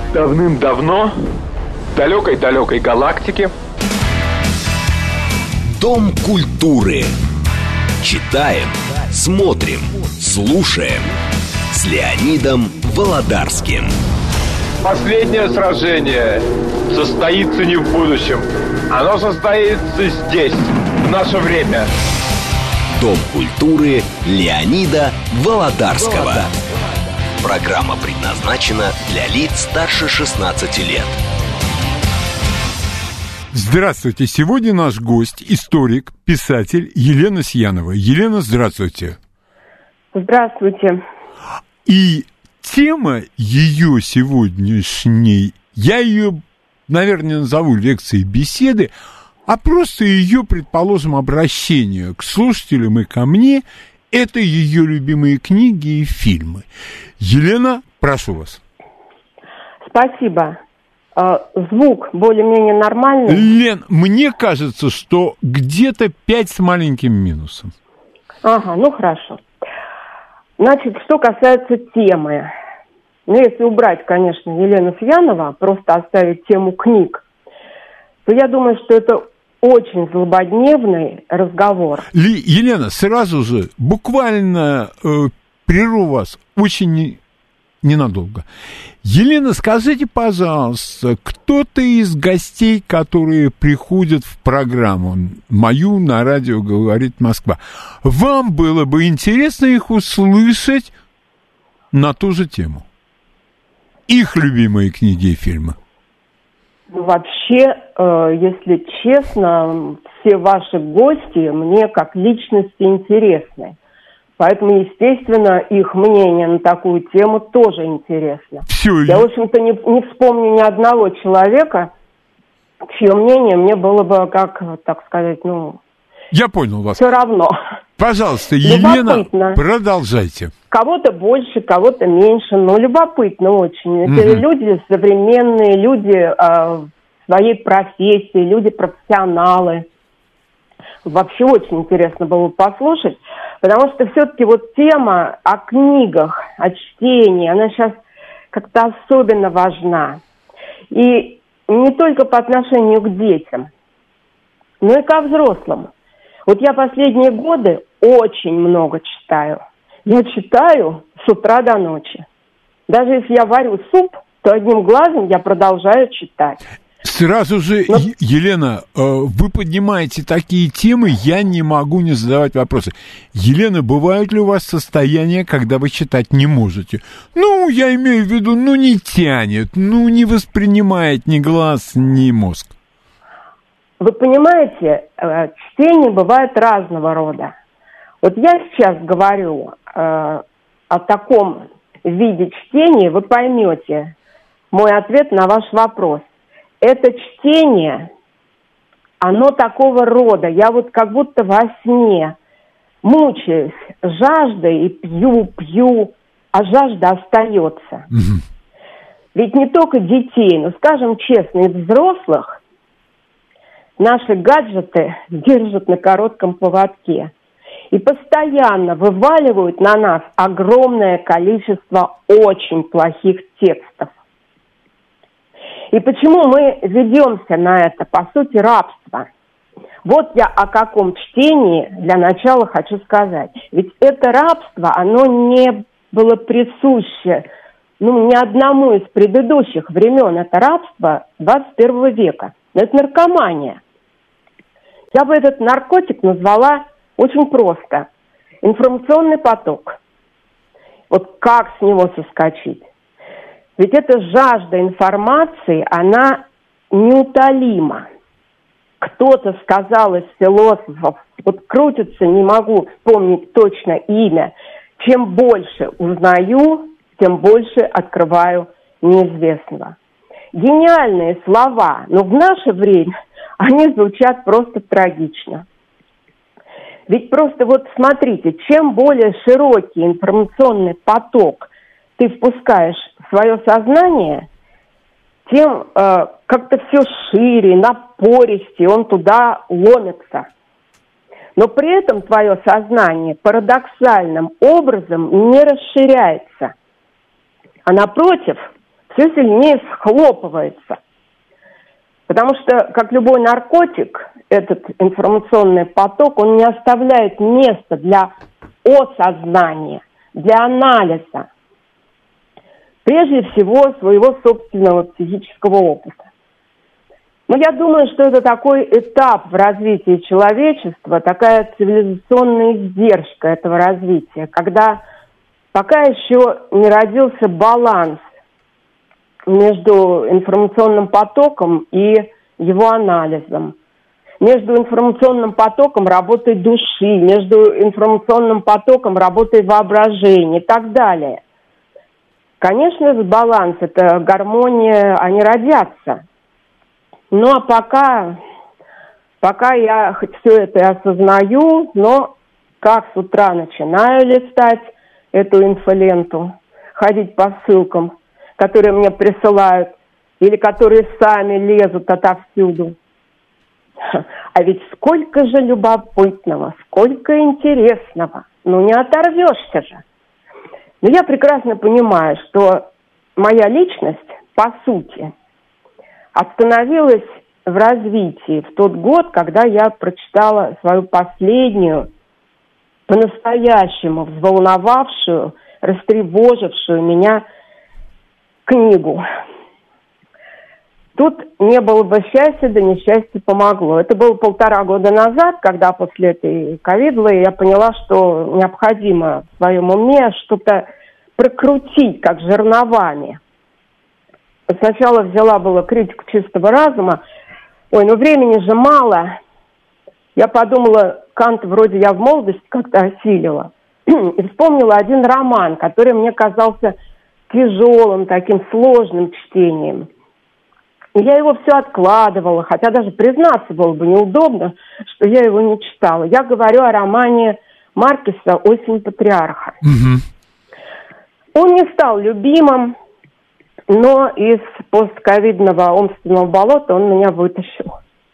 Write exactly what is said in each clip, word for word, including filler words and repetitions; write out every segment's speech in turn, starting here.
Давным-давно, в далекой-далекой галактике. Дом культуры. Читаем, смотрим, слушаем. С Леонидом Володарским. Последнее сражение состоится не в будущем. Оно состоится здесь, в наше время. Дом культуры Леонида Володарского. Программа предназначена для лиц старше шестнадцати лет. Здравствуйте. Сегодня наш гость, историк, писатель Елена Сьянова. Елена, здравствуйте. Здравствуйте. И тема ее сегодняшней, я ее, наверное, назову лекцией беседы, а просто ее, предположим, обращение к слушателям и ко мне, это ее любимые книги и фильмы. Елена, прошу вас. Спасибо. Звук более-менее нормальный? Лен, мне кажется, что где-то пять с маленьким минусом. Ага, ну хорошо. Значит, что касается темы. Ну, если убрать, конечно, Елену Сьянова, просто оставить тему книг, то я думаю, что это очень злободневный разговор. Ли, Елена, сразу же, буквально э, прерву вас очень не, ненадолго. Елена, скажите, пожалуйста, кто-то из гостей, которые приходят в программу мою на радио «Говорит Москва», вам было бы интересно их услышать на ту же тему? Их любимые книги и фильмы. Вообще, э, если честно, все ваши гости мне как личности интересны. Поэтому, естественно, их мнение на такую тему тоже интересно. Все. Я, в общем-то, не, не вспомню ни одного человека, чье мнение мне было бы, как, так сказать, ну... Я понял вас. Все равно. Пожалуйста, Елена, продолжайте. Кого-то больше, кого-то меньше, но любопытно очень. Это угу. люди современные, люди э, своей профессии, люди профессионалы. Вообще очень интересно было послушать, потому что все-таки вот тема о книгах, о чтении, она сейчас как-то особенно важна. И не только по отношению к детям, но и ко взрослым. Вот я последние годы очень много читаю. Я читаю с утра до ночи. Даже если я варю суп, то одним глазом я продолжаю читать. Сразу же, Но... Елена, вы поднимаете такие темы, я не могу не задавать вопросы. Елена, бывают ли у вас состояния, когда вы читать не можете? Ну, я имею в виду, ну, не тянет, ну, не воспринимает ни глаз, ни мозг. Вы понимаете, чтение бывает разного рода. Вот я сейчас говорю э, о таком виде чтения, вы поймете мой ответ на ваш вопрос. Это чтение, оно такого рода. Я вот как будто во сне мучаюсь жаждой и пью, пью, а жажда остается. Mm-hmm. Ведь не только детей, но, скажем честно, и взрослых наши гаджеты держат на коротком поводке и постоянно вываливают на нас огромное количество очень плохих текстов. И почему мы ведемся на это? По сути, рабство. Вот я о каком чтении для начала хочу сказать. Ведь это рабство, оно не было присуще ну, ни одному из предыдущих времен. Это рабство двадцать первого века. Но это наркомания. Я бы этот наркотик назвала очень просто. Информационный поток. Вот как с него соскочить? Ведь эта жажда информации, она неутолима. Кто-то сказал из философов, вот крутится, не могу вспомнить точно имя, чем больше узнаю, тем больше открываю неизвестного. Гениальные слова, но в наше время они звучат просто трагично. Ведь просто вот смотрите, чем более широкий информационный поток ты впускаешь в свое сознание, тем э, как-то все шире, напористее он туда ломится. Но при этом твое сознание парадоксальным образом не расширяется, а напротив все сильнее схлопывается. Потому что, как любой наркотик, этот информационный поток, он не оставляет места для осознания, для анализа. Прежде всего, своего собственного психического опыта. Но я думаю, что это такой этап в развитии человечества, такая цивилизационная издержка этого развития, когда пока еще не родился баланс между информационным потоком и его анализом, между информационным потоком работой души, между информационным потоком работой воображения и так далее. Конечно, этот баланс, это гармония, они родятся. Ну, а пока, пока я хоть все это и осознаю, но как с утра начинаю листать эту инфоленту, ходить по ссылкам, которые мне присылают, или которые сами лезут отовсюду. А ведь сколько же любопытного, сколько интересного. Ну, не оторвешься же. Но я прекрасно понимаю, что моя личность, по сути, остановилась в развитии в тот год, когда я прочитала свою последнюю, по-настоящему взволновавшую, растревожившую меня книгу. Тут не было бы счастья, да несчастье помогло. Это было полтора года назад, когда после этой ковидлы я поняла, что необходимо в своем уме что-то прокрутить, как жерновами. Сначала взяла была критику чистого разума. Ой, ну времени же мало. Я подумала, Кант вроде я в молодости как-то осилила. И вспомнила один роман, который мне казался тяжелым, таким сложным чтением. И я его все откладывала, хотя даже признаться было бы неудобно, что я его не читала. Я говорю о романе Маркеса «Осень патриарха». Угу. Он не стал любимым, но из постковидного умственного болота он меня вытащил.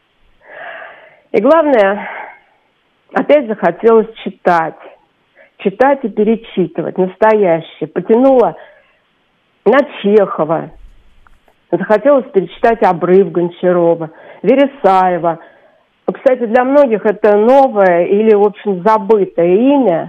И главное, опять захотелось читать. Читать и перечитывать настоящее. Потянуло на Чехова. Захотелось перечитать «Обрыв» Гончарова, Вересаева. Кстати, для многих это новое или, в общем, забытое имя.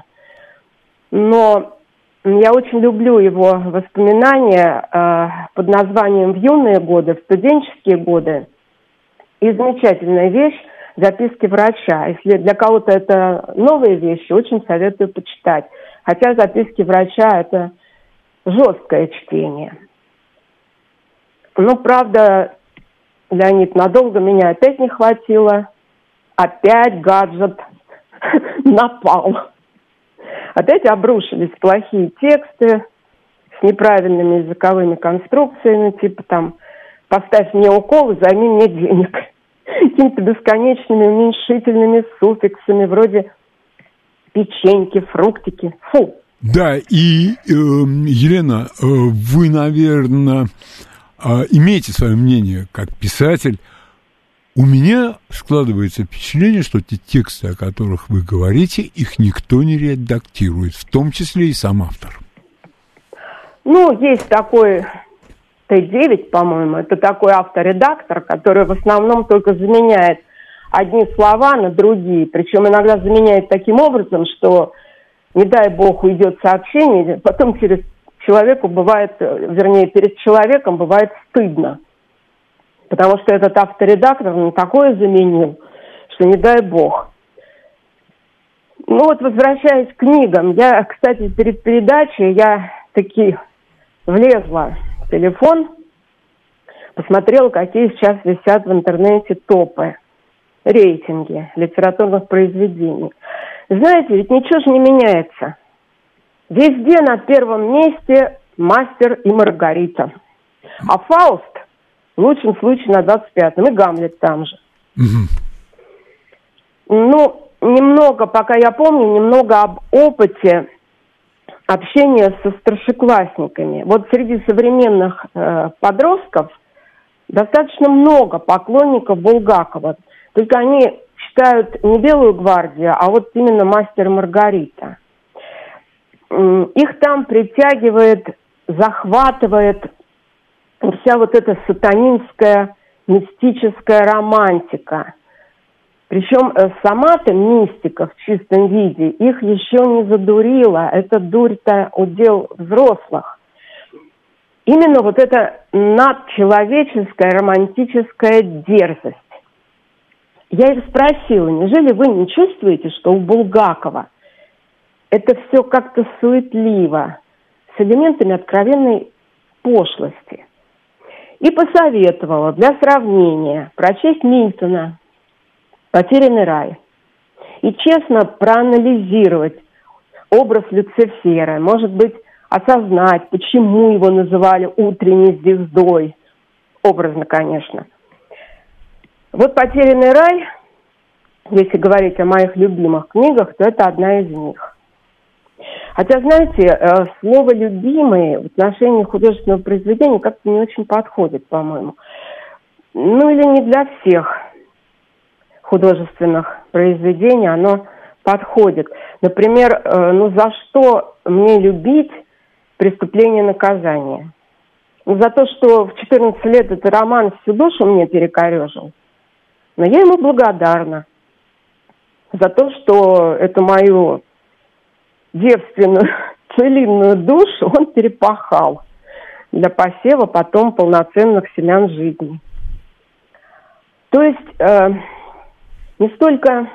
Но я очень люблю его воспоминания э, под названием «В юные годы», в студенческие годы. И замечательная вещь «Записки врача». Если для кого-то это новые вещи, очень советую почитать. Хотя «Записки врача» — это жесткое чтение. Ну, правда, Леонид, надолго меня опять не хватило. Опять гаджет напал. Опять обрушились плохие тексты с неправильными языковыми конструкциями, типа там «поставь мне укол и займи мне денег». Какими-то бесконечными уменьшительными суффиксами вроде печеньки, фруктики. Фу. Да, и, э, Елена, э, вы, наверное, э, имеете свое мнение как писатель. У меня складывается впечатление, что те тексты, о которых вы говорите, их никто не редактирует, в том числе и сам автор. Ну, есть такой Т девять, по-моему, это такой автор-редактор, который в основном только заменяет одни слова на другие, причем иногда заменяет таким образом, что, не дай бог, уйдет сообщение, потом через человеку бывает, вернее, перед человеком бывает стыдно. Потому что этот авторедактор, ну, такое заменил, что не дай бог. Ну вот, возвращаясь к книгам, я, кстати, перед передачей, я таки влезла в телефон, посмотрела, какие сейчас висят в интернете топы, рейтинги литературных произведений. Знаете, ведь ничего же не меняется. Везде на первом месте «Мастер и Маргарита». А «Фауст» в лучшем случае на двадцать пятом, и «Гамлет» там же. Mm-hmm. Ну, немного, пока я помню, немного об опыте общения со старшеклассниками. Вот среди современных э, подростков достаточно много поклонников Булгакова. Только они читают не «Белую гвардию», а вот именно «Мастер и Маргарита». Их там притягивает, захватывает вся вот эта сатанинская, мистическая романтика. Причем сама-то мистика в чистом виде их еще не задурила. Это дурь-то удел взрослых. Именно вот эта надчеловеческая романтическая дерзость. Я их спросила, неужели вы не чувствуете, что у Булгакова это все как-то суетливо, с элементами откровенной пошлости? И посоветовала для сравнения прочесть Мильтона «Потерянный рай» и честно проанализировать образ Люцифера, может быть, осознать, почему его называли утренней звездой, образно, конечно. Вот «Потерянный рай», если говорить о моих любимых книгах, то это одна из них. Хотя, знаете, слово «любимый» в отношении художественного произведения как-то не очень подходит, по-моему. Ну, или не для всех художественных произведений оно подходит. Например, ну, за что мне любить «Преступление и наказание»? Ну, за то, что в четырнадцать лет этот роман всю душу мне перекорежил. Но я ему благодарна за то, что эту мою девственную, целинную душу он перепахал для посева потом полноценных семян жизни. То есть э, не столько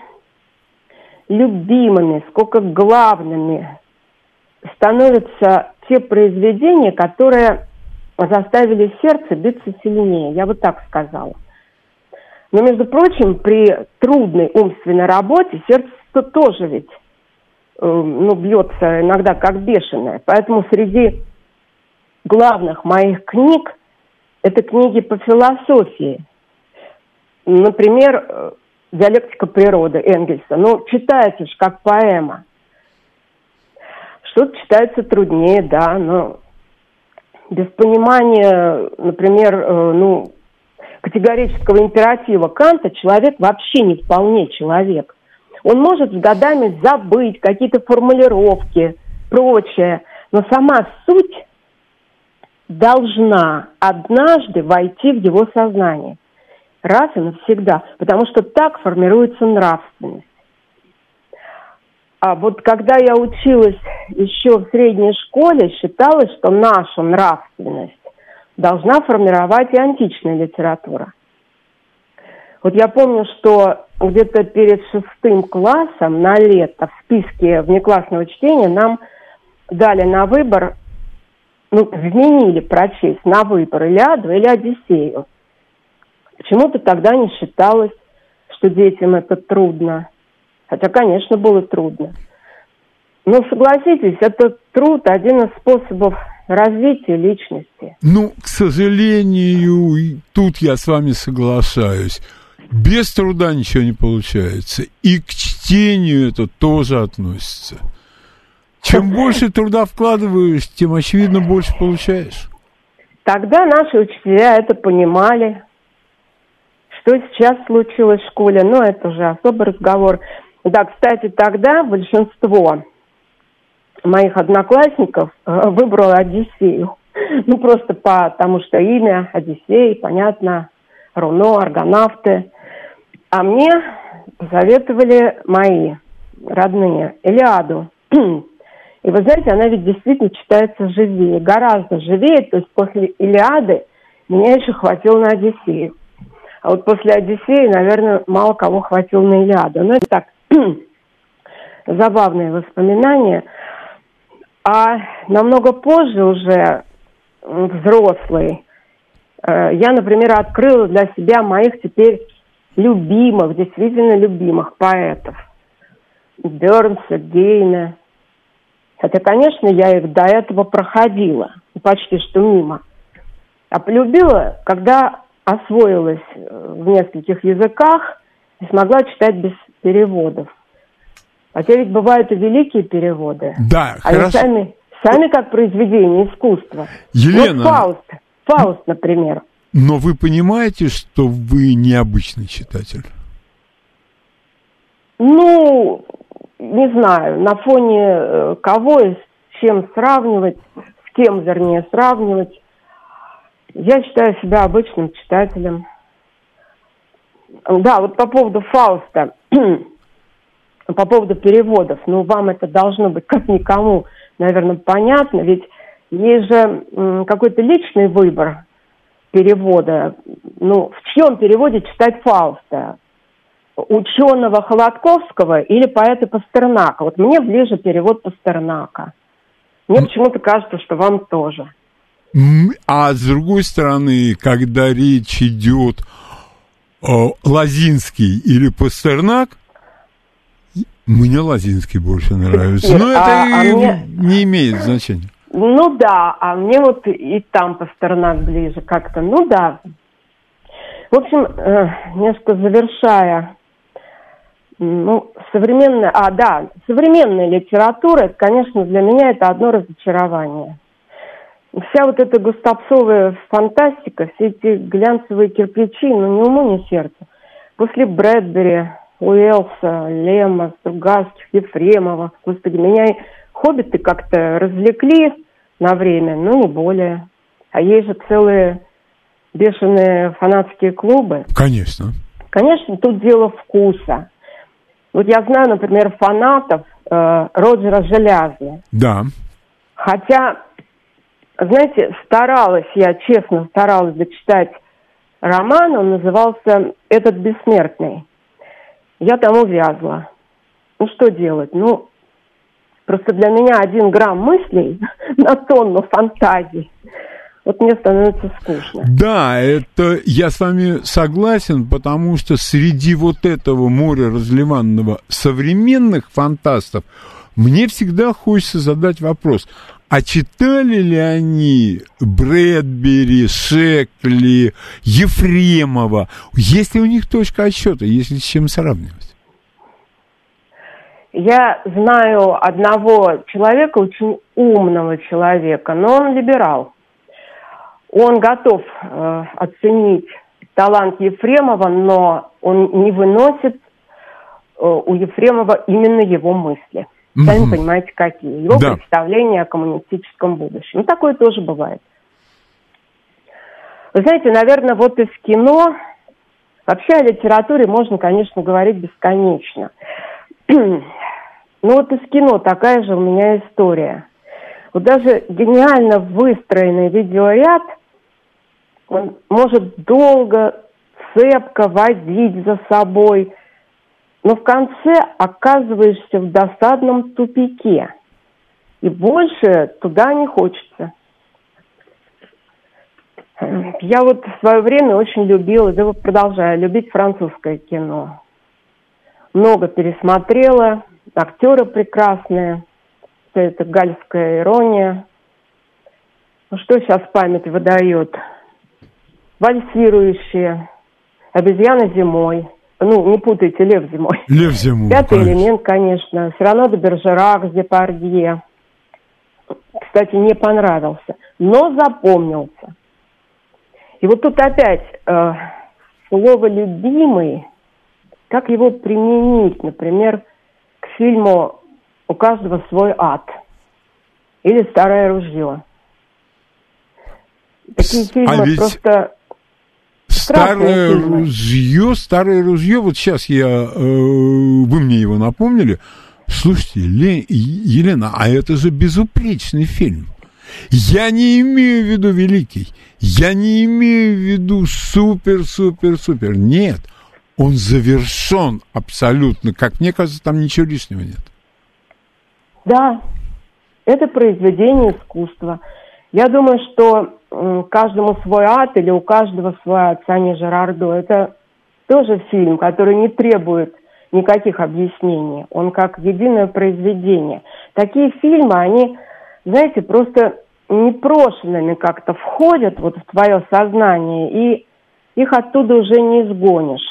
любимыми, сколько главными становятся те произведения, которые заставили сердце биться сильнее. Я бы так сказала. Но, между прочим, при трудной умственной работе сердце тоже ведь э, ну, бьется иногда как бешеное. Поэтому среди главных моих книг это книги по философии. Например, «Диалектика природы» Энгельса. Ну, читается же как поэма. Что-то читается труднее, да, но без понимания, например, э, ну, категорического императива Канта человек вообще не вполне человек. Он может с годами забыть какие-то формулировки, прочее, но сама суть должна однажды войти в его сознание. Раз и навсегда. Потому что так формируется нравственность. А вот когда я училась еще в средней школе, считалось, что нашу нравственность должна формировать и античная литература. Вот я помню, что где-то перед шестым классом на лето в списке внеклассного чтения нам дали на выбор, ну, вменили прочесть на выбор Илиаду или Одиссею. Почему-то тогда не считалось, что детям это трудно. Хотя, конечно, было трудно. Но согласитесь, это труд один из способов развития личности. Ну, к сожалению, тут я с вами соглашаюсь. Без труда ничего не получается. И к чтению это тоже относится. Чем больше труда вкладываешь, тем, очевидно, больше получаешь. Тогда наши учителя это понимали. Что сейчас случилось в школе, ну, это уже особый разговор. Да, кстати, тогда большинство моих одноклассников выбрало Одиссею. Ну, просто потому что имя Одиссей, понятно, руно, аргонавты. А мне советовали мои родные Илиаду. И вы знаете, она ведь действительно читается живее, гораздо живее. То есть после Илиады меня еще хватило на Одиссею. А вот после Одиссеи, наверное, мало кого хватило на Илиаду. Но это так, забавные воспоминания. А намного позже уже, взрослый, я, например, открыла для себя моих теперь любимых, действительно любимых поэтов. Бёрнса, Гейна. Хотя, конечно, я их до этого проходила, почти что мимо. А полюбила, когда освоилась в нескольких языках и смогла читать без переводов. Хотя ведь бывают и великие переводы. Да, Они хорошо. сами, сами как произведение искусства. Елена. Вот Фауст. Фауст, например. Но вы понимаете, что вы необычный читатель? Ну, не знаю, на фоне кого и с чем сравнивать, с кем, вернее, сравнивать. Я считаю себя обычным читателем. Да, вот по поводу Фауста, по поводу переводов, ну, вам это должно быть как никому, наверное, понятно, ведь есть же м, какой-то личный выбор перевода. Ну, в чьем переводе читать Фауста? Ученого Холодковского или поэта Пастернака? Вот мне ближе перевод Пастернака. Мне почему-то кажется, что вам тоже. А с другой стороны, когда речь идет о Лозинский или Пастернак, мне Лозинский больше нравится. Но это а, а мне... не имеет значения. Ну да, а мне вот и там Пастернак ближе как-то. Ну да. В общем, э, немножко завершая, ну, современная, а, да, современная литература, это, конечно, для меня это одно разочарование. Вся вот эта густопсовая фантастика, все эти глянцевые кирпичи, ну, ни уму, ни сердцу. После Брэдбери, Уэллса, Лема, Стругацких, Ефремова, господи, меня и хоббиты как-то развлекли на время, но не более. А есть же целые бешеные фанатские клубы. Конечно. Конечно, тут дело вкуса. Вот я знаю, например, фанатов э, Роджера Желязны. Да. Хотя, знаете, старалась, я честно старалась дочитать роман, он назывался «Этот бессмертный». Я там увязла. Ну, что делать? Ну, просто для меня один грамм мыслей на тонну фантазий. Вот мне становится скучно. Да, это я с вами согласен, потому что среди вот этого моря разливанного современных фантастов мне всегда хочется задать вопрос, а читали ли они Брэдбери, Шекли, Ефремова? Есть ли у них точка отсчета, если с чем сравнивать? Я знаю одного человека, очень умного человека, но он либерал. Он готов э, оценить талант Ефремова, но он не выносит э, у Ефремова именно его мысли. Mm-hmm. Сами понимаете, какие. Его да. представления о коммунистическом будущем. Ну, такое тоже бывает. Вы знаете, наверное, вот из кино... Вообще о литературе можно, конечно, говорить бесконечно. Ну, вот из кино такая же у меня история. Вот даже гениально выстроенный видеоряд, он может долго, цепко водить за собой, но в конце оказываешься в досадном тупике. И больше туда не хочется. Я вот в свое время очень любила, да продолжаю любить французское кино. Много пересмотрела, актеры прекрасные, вся эта гальская ирония. Ну что сейчас память выдает? Вальсирующие, обезьяна зимой. Ну, не путайте, Лев зимой. Лев зимой. Пятый конечно. элемент, конечно. Сирано де Бержерак с Депардье. Кстати, не понравился, но запомнился. И вот тут опять э, слово «любимый», как его применить, например, к фильму «У каждого свой ад» или «Старое ружье». Такие фильмы а просто... Старое ружье, старое ружье, вот сейчас я, э, вы мне его напомнили. Слушайте, Ле, Елена, а это же безупречный фильм. Я не имею в виду великий, я не имею в виду супер-супер-супер. Нет, он завершен абсолютно. Как мне кажется, там ничего лишнего нет. Да, это произведение искусства. Я думаю, что э, каждому свой ад или у каждого свой ад Сани Жерардо. Это тоже фильм, который не требует никаких объяснений. Он как единое произведение. Такие фильмы, они, знаете, просто непрошенными как-то входят вот в твое сознание, и их оттуда уже не изгонишь.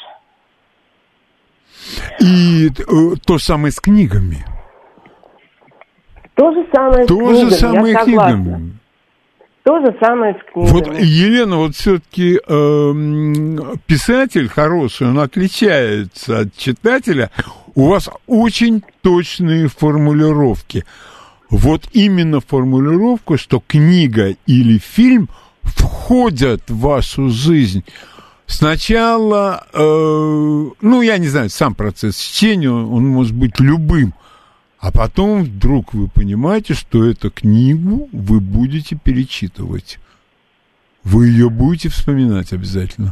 И э, то же самое с книгами. То же самое то с книгами, же самое я с согласна. книгами. То же самое с книгами. Вот, Елена, вот все-таки э, писатель хороший, он отличается от читателя. У вас очень точные формулировки. Вот именно формулировка, что книга или фильм входят в вашу жизнь. Сначала, э, ну, я не знаю, сам процесс чтения, он может быть любым, а потом вдруг вы понимаете, что эту книгу вы будете перечитывать. Вы ее будете вспоминать обязательно.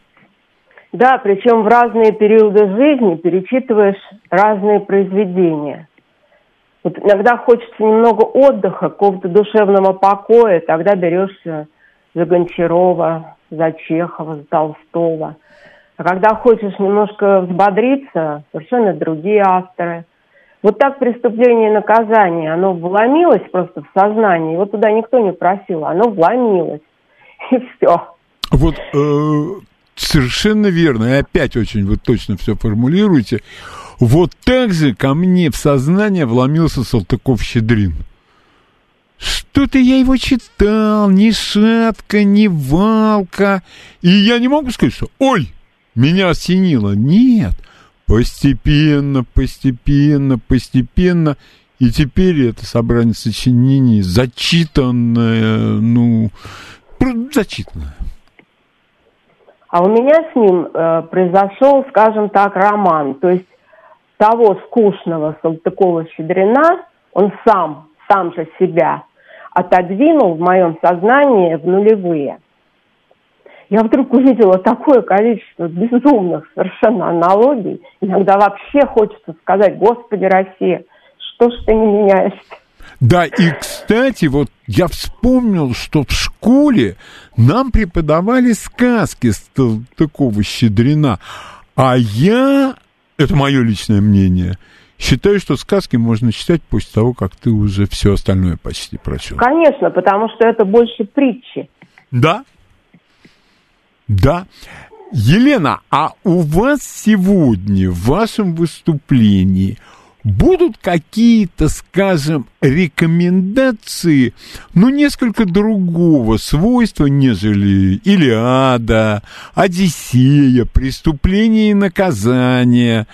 Да, причем в разные периоды жизни перечитываешь разные произведения. Вот иногда хочется немного отдыха, какого-то душевного покоя, тогда берешься за Гончарова, за Чехова, за Толстого. А когда хочешь немножко взбодриться, совершенно другие авторы. Вот так «Преступление и наказание», оно вломилось просто в сознание, его туда никто не просил, оно вломилось, и все. Вот э, совершенно верно, и опять очень вы точно все формулируете. Вот так же ко мне в сознание вломился Салтыков-Щедрин. Что-то я его читал, ни шатка, ни валка. И я не могу сказать, что «Ой, меня осенило». Нет, постепенно, постепенно, постепенно. И теперь это собрание сочинений зачитанное, ну, зачитанное. А у меня с ним э, произошел, скажем так, роман. То есть того скучного Салтыкова-Щедрина он сам, сам же себя отодвинул в моем сознании в нулевые. Я вдруг увидела такое количество безумных совершенно аналогий. Иногда вообще хочется сказать: Господи, Россия, что ж ты не меняешься? Да, и, кстати, вот я вспомнил, что в школе нам преподавали сказки Салтыкова-Щедрина, а я, это мое личное мнение, считаю, что сказки можно читать после того, как ты уже все остальное почти прочел. Конечно, потому что это больше притчи. Да. Да. Елена, а у вас сегодня в вашем выступлении будут какие-то, скажем, рекомендации, ну, несколько другого свойства, нежели «Илиада», «Одиссея», «Преступление и наказание»,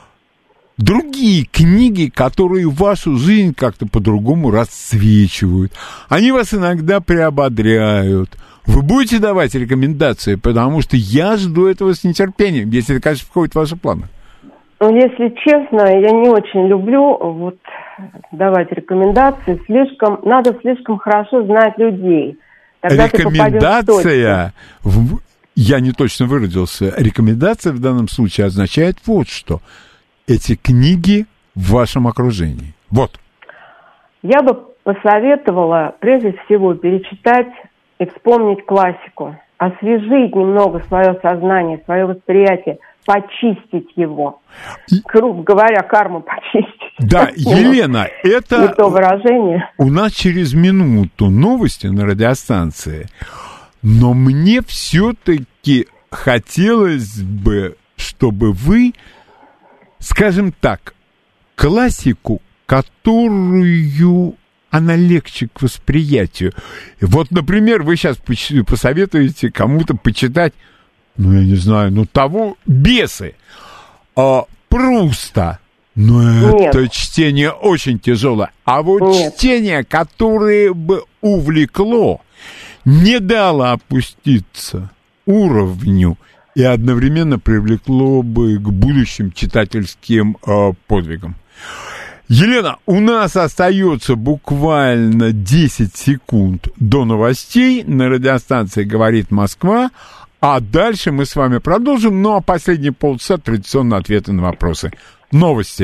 другие книги, которые вашу жизнь как-то по-другому расцвечивают. Они вас иногда приободряют. Вы будете давать рекомендации, потому что я жду этого с нетерпением, если это, конечно, входит в ваши планы. Если честно, я не очень люблю вот давать рекомендации. Слишком, надо слишком хорошо знать людей. Тогда рекомендация, в, я не точно выразился, рекомендация в данном случае означает вот что. Эти книги в вашем окружении. Вот. Я бы посоветовала прежде всего перечитать и вспомнить классику. Освежить немного свое сознание, свое восприятие, почистить его. И... Грубо говоря, карму почистить. Да, Елена, это... Не то выражение. У нас через минуту новости на радиостанции. Но мне все-таки хотелось бы, чтобы вы, скажем так, классику, которую... она легче к восприятию. Вот, например, вы сейчас посоветуете кому-то почитать, ну, я не знаю, ну, того «Бесы», а, Пруста. Ну, это Нет. чтение очень тяжелое. А вот Нет. чтение, которое бы увлекло, не дало опуститься уровню и одновременно привлекло бы к будущим читательским а, подвигам. Елена, у нас остается буквально десять секунд до новостей. На радиостанции «Говорит Москва». А дальше мы с вами продолжим. Ну, а последние полчаса традиционно ответы на вопросы. Новости.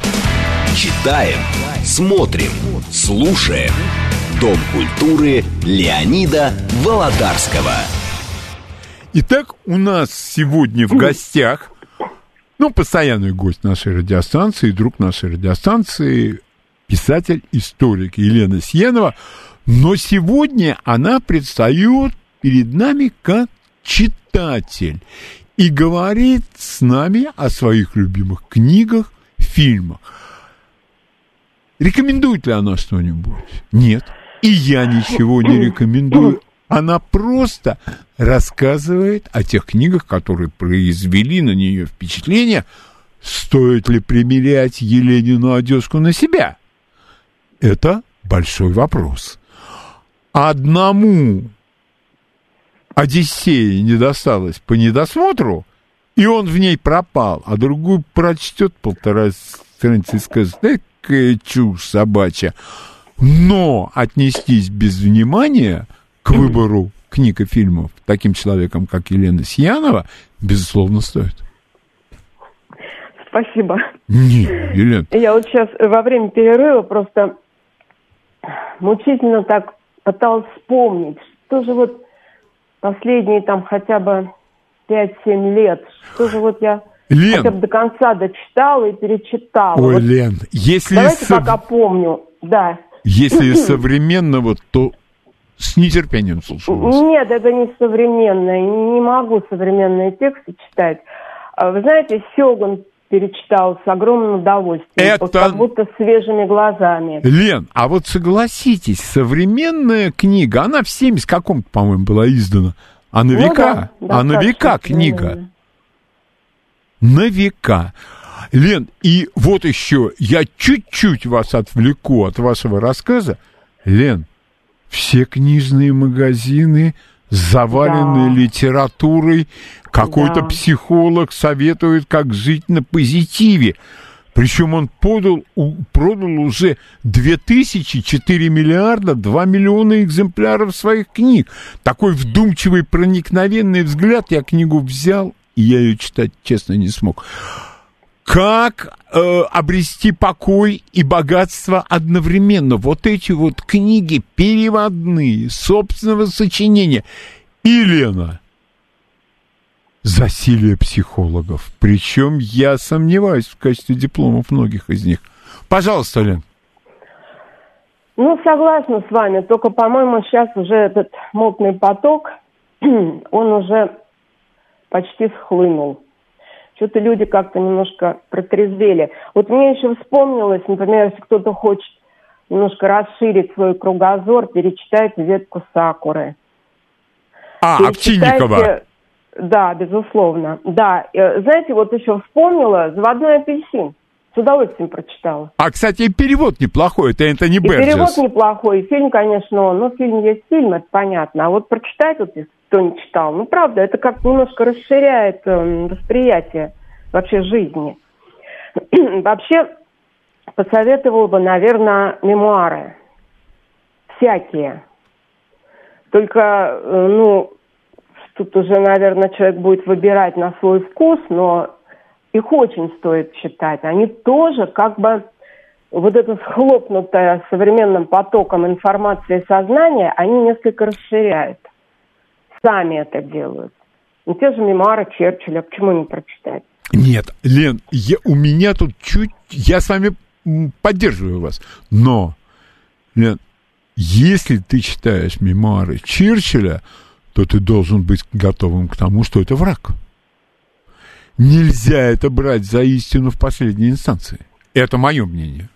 Читаем, смотрим, слушаем. Дом культуры Леонида Володарского. Итак, у нас сегодня в гостях... Ну, постоянный гость нашей радиостанции, друг нашей радиостанции, писатель-историк Елена Сьенова. Но сегодня она предстает перед нами как читатель и говорит с нами о своих любимых книгах, фильмах. Рекомендует ли она что-нибудь? Нет. И я ничего не рекомендую. Она просто рассказывает о тех книгах, которые произвели на нее впечатление. Стоит ли примерять Еленину одежку на себя? Это большой вопрос. Одному Одиссея не досталось по недосмотру, и он в ней пропал, а другую прочтет полтора страницы и скажет, какая чушь собачья. Но отнестись без внимания к выбору книг и фильмов таким человеком, как Елена Сиянова, безусловно, стоит. Спасибо. Нет, Елена. Я вот сейчас во время перерыва просто мучительно так пыталась вспомнить, что же вот последние там хотя бы пять-семь лет, что же вот я Лен. хотя бы до конца дочитала и перечитала. Ой, вот Лен, если... давайте сов... пока помню, да. Если современного, то с нетерпением слушаю вас. Нет, это не современное, не могу современные тексты читать. Вы знаете, Сёгун перечитал с огромным удовольствием, Это... вот как будто свежими глазами. Лен, а вот согласитесь, современная книга, она в семьдесят каком-то, по-моему, была издана, а на века, ну, да, а на века книга. На века. Лен, и вот еще, я чуть-чуть вас отвлеку от вашего рассказа. Лен, все книжные магазины завалены да. литературой. Какой-то да. психолог советует, как жить на позитиве. Причем он подал, продал уже две тысячи, четыре миллиарда, два миллиона экземпляров своих книг. Такой вдумчивый, проникновенный взгляд. Я книгу взял, и я ее читать, честно, не смог. Как э, обрести покой и богатство одновременно? Вот эти вот книги переводные, собственного сочинения. И, Лена, засилие психологов. Причем я сомневаюсь в качестве дипломов многих из них. Пожалуйста, Лен. Ну, согласна с вами, только, по-моему, сейчас уже этот мутный поток, он уже почти схлынул. Что-то люди как-то немножко протрезвели. Вот мне еще вспомнилось, например, если кто-то хочет немножко расширить свой кругозор, перечитайте «Ветку сакуры». А, Овчинникова. Да, безусловно. Да, знаете, вот еще вспомнила «Заводной апельсин». С удовольствием прочитала. А, кстати, и перевод неплохой, это Энтони Берджес. И перевод неплохой, фильм, конечно, он. Ну, фильм есть фильм, это понятно. А вот прочитать, вот, если кто не читал, ну, правда, это как немножко расширяет э, восприятие вообще жизни. Вообще, посоветовала бы, наверное, мемуары. Всякие. Только, э, ну, тут уже, наверное, человек будет выбирать на свой вкус, но их очень стоит читать. Они тоже как бы вот это схлопнутое современным потоком информации сознания, они несколько расширяют. Сами это делают. Ну, те же мемуары Черчилля, почему не прочитать? Нет, Лен, я, у меня тут чуть... Я с вами поддерживаю вас, но, Лен, если ты читаешь мемуары Черчилля, то ты должен быть готовым к тому, что это враг. Нельзя это брать за истину в последней инстанции. Это мое мнение.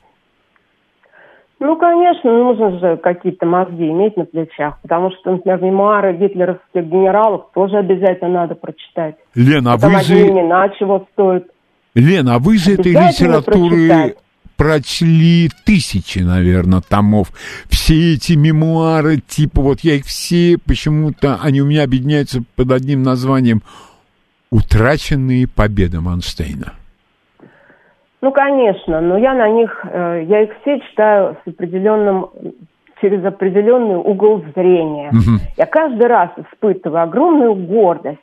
Ну, конечно, нужно же какие-то мозги иметь на плечах, потому что, например, мемуары гитлеровских генералов тоже обязательно надо прочитать. Лена, а там вы же... имена чего стоят. Лена, а вы же этой литературы прочитать. Прочли тысячи, наверное, томов. Все эти мемуары, типа, вот я их все, почему-то они у меня объединяются под одним названием «Утраченные победы Манштейна». Ну, конечно, но я на них, я их все читаю с определенным, через определенный угол зрения. Угу. Я каждый раз испытываю огромную гордость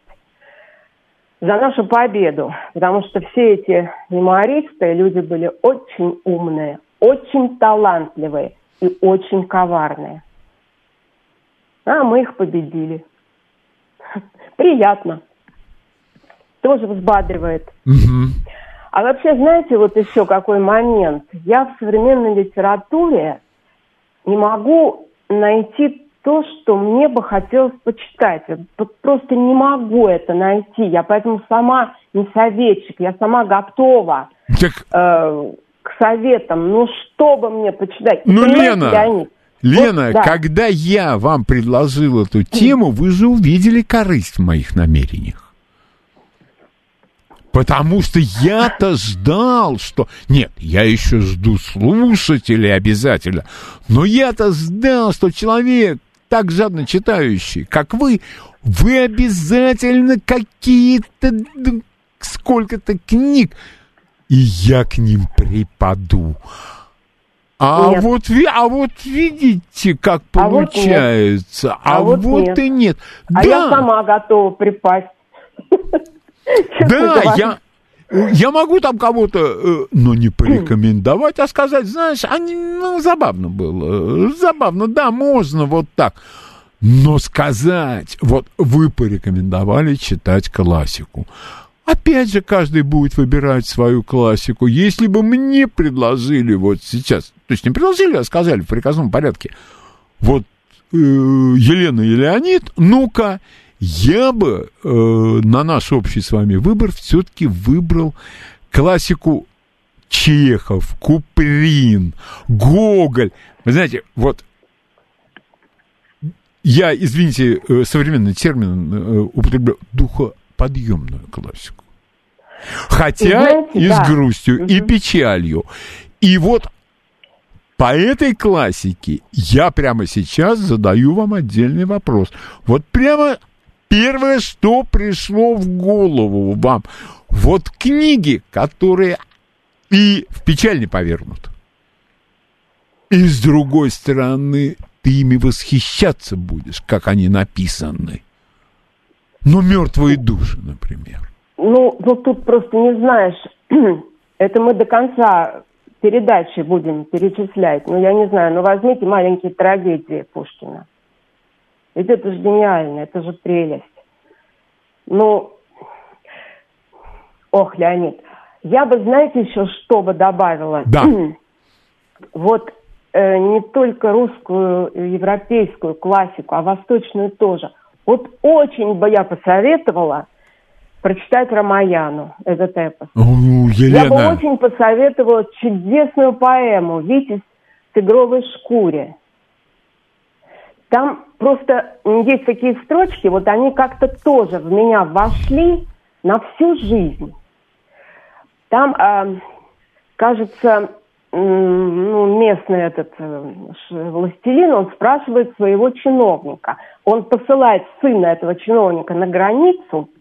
за нашу победу, потому что все эти мемуаристы, люди были очень умные, очень талантливые и очень коварные. А мы их победили. Приятно. Тоже взбадривает. Угу. А вообще, знаете, вот еще какой момент. Я в современной литературе не могу найти то, что мне бы хотелось почитать. Вот просто не могу это найти. Я поэтому сама не советчик, я сама готова так... э, к советам. Ну, что бы мне почитать? Ну, Лена, Леонид? Лена, вот, да. Когда я вам предложил эту тему, вы же увидели корысть в моих намерениях. Потому что я-то ждал, что... Нет, я еще жду слушателей обязательно. Но я-то ждал, что человек так жадно читающие, как вы, вы обязательно какие-то сколько-то книг, и я к ним припаду. А вот, а вот видите, как получается. А, а вот, вот вот и нет. А да. я сама готова припасть. Да, я... Я могу там кого-то, ну, не порекомендовать, а сказать, знаешь, они, ну, забавно было, забавно, да, можно вот так. Но сказать, вот вы порекомендовали читать классику. Опять же, каждый будет выбирать свою классику. Если бы мне предложили вот сейчас, то есть не предложили, а сказали в приказном порядке, вот э, Елена и Леонид, ну-ка, я бы э, на наш общий с вами выбор все-таки выбрал классику Чехов, Куприн, Гоголь. Вы знаете, вот я, извините, современный термин э, употреблю, духоподъемную классику. Хотя знаете, и да. с грустью, угу. и печалью. И вот по этой классике я прямо сейчас задаю вам отдельный вопрос. Вот прямо... Первое, что пришло в голову вам, вот книги, которые и в печаль не повернут, и с другой стороны ты ими восхищаться будешь, как они написаны. Ну, «Мертвые души», например. Ну, вот тут просто не знаешь, это мы до конца передачи будем перечислять, ну, я не знаю, ну, возьмите «Маленькие трагедии» Пушкина. Ведь это же гениально, это же прелесть. Ну, ох, Леонид, я бы, знаете, еще что бы добавила? Да. Вот э, не только русскую, европейскую классику, а восточную тоже. Вот очень бы я посоветовала прочитать Рамаяну, этот эпос. О, Елена. Я бы очень посоветовала чудесную поэму «Витязь в тигровой шкуре». Там просто есть такие строчки, вот они как-то тоже в меня вошли на всю жизнь. Там, э, кажется, э, ну, местный этот э, властелин, он спрашивает своего чиновника. Он посылает сына этого чиновника на границу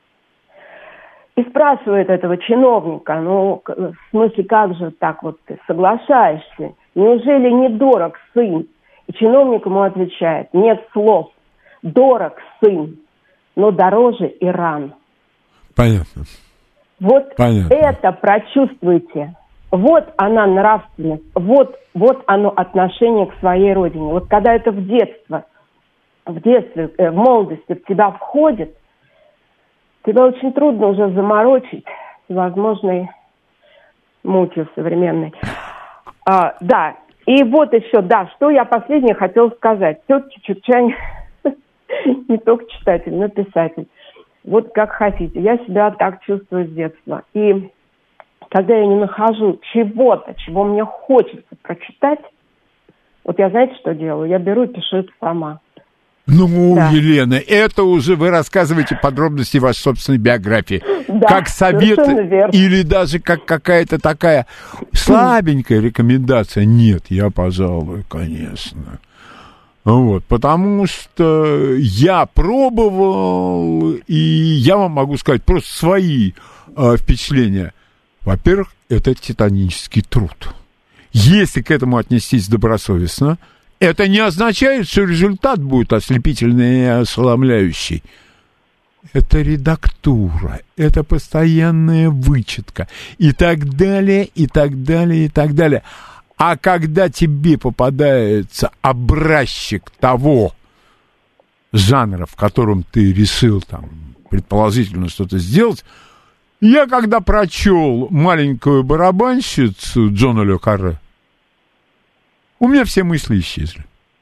и спрашивает этого чиновника, ну, в смысле, как же так вот ты соглашаешься? Неужели недорог сын? И чиновник ему отвечает, нет слов, дорог сын, но дороже Иран. Понятно. Вот Понятно. Это прочувствуйте. Вот она нравственность, вот, вот оно отношение к своей родине. Вот когда это в детство, в детстве, в молодости в тебя входит, тебя очень трудно уже заморочить всевозможной мутью современной. А, да. И вот еще, да, что я последнее хотела сказать. Все-таки Чукча не только читатель, но и писатель. Вот как хотите. Я себя так чувствую с детства. И когда я не нахожу чего-то, чего мне хочется прочитать, вот я, знаете, что делаю? Я беру и пишу это сама. Ну, да. Елена, это уже вы рассказываете подробности вашей собственной биографии. Да, как совет или даже как какая-то такая слабенькая рекомендация. Нет, я, пожалуй, конечно. Вот, потому что я пробовал, и я вам могу сказать просто свои э, впечатления. Во-первых, это титанический труд. Если к этому отнестись добросовестно, это не означает, что результат будет ослепительный и ошеломляющий. Это редактура, это постоянная вычетка и так далее, и так далее, и так далее. А когда тебе попадается образчик того жанра, в котором ты решил там предположительно что-то сделать, я когда прочел «Маленькую барабанщицу» Джона Ле Карре, у меня все мысли исчезли.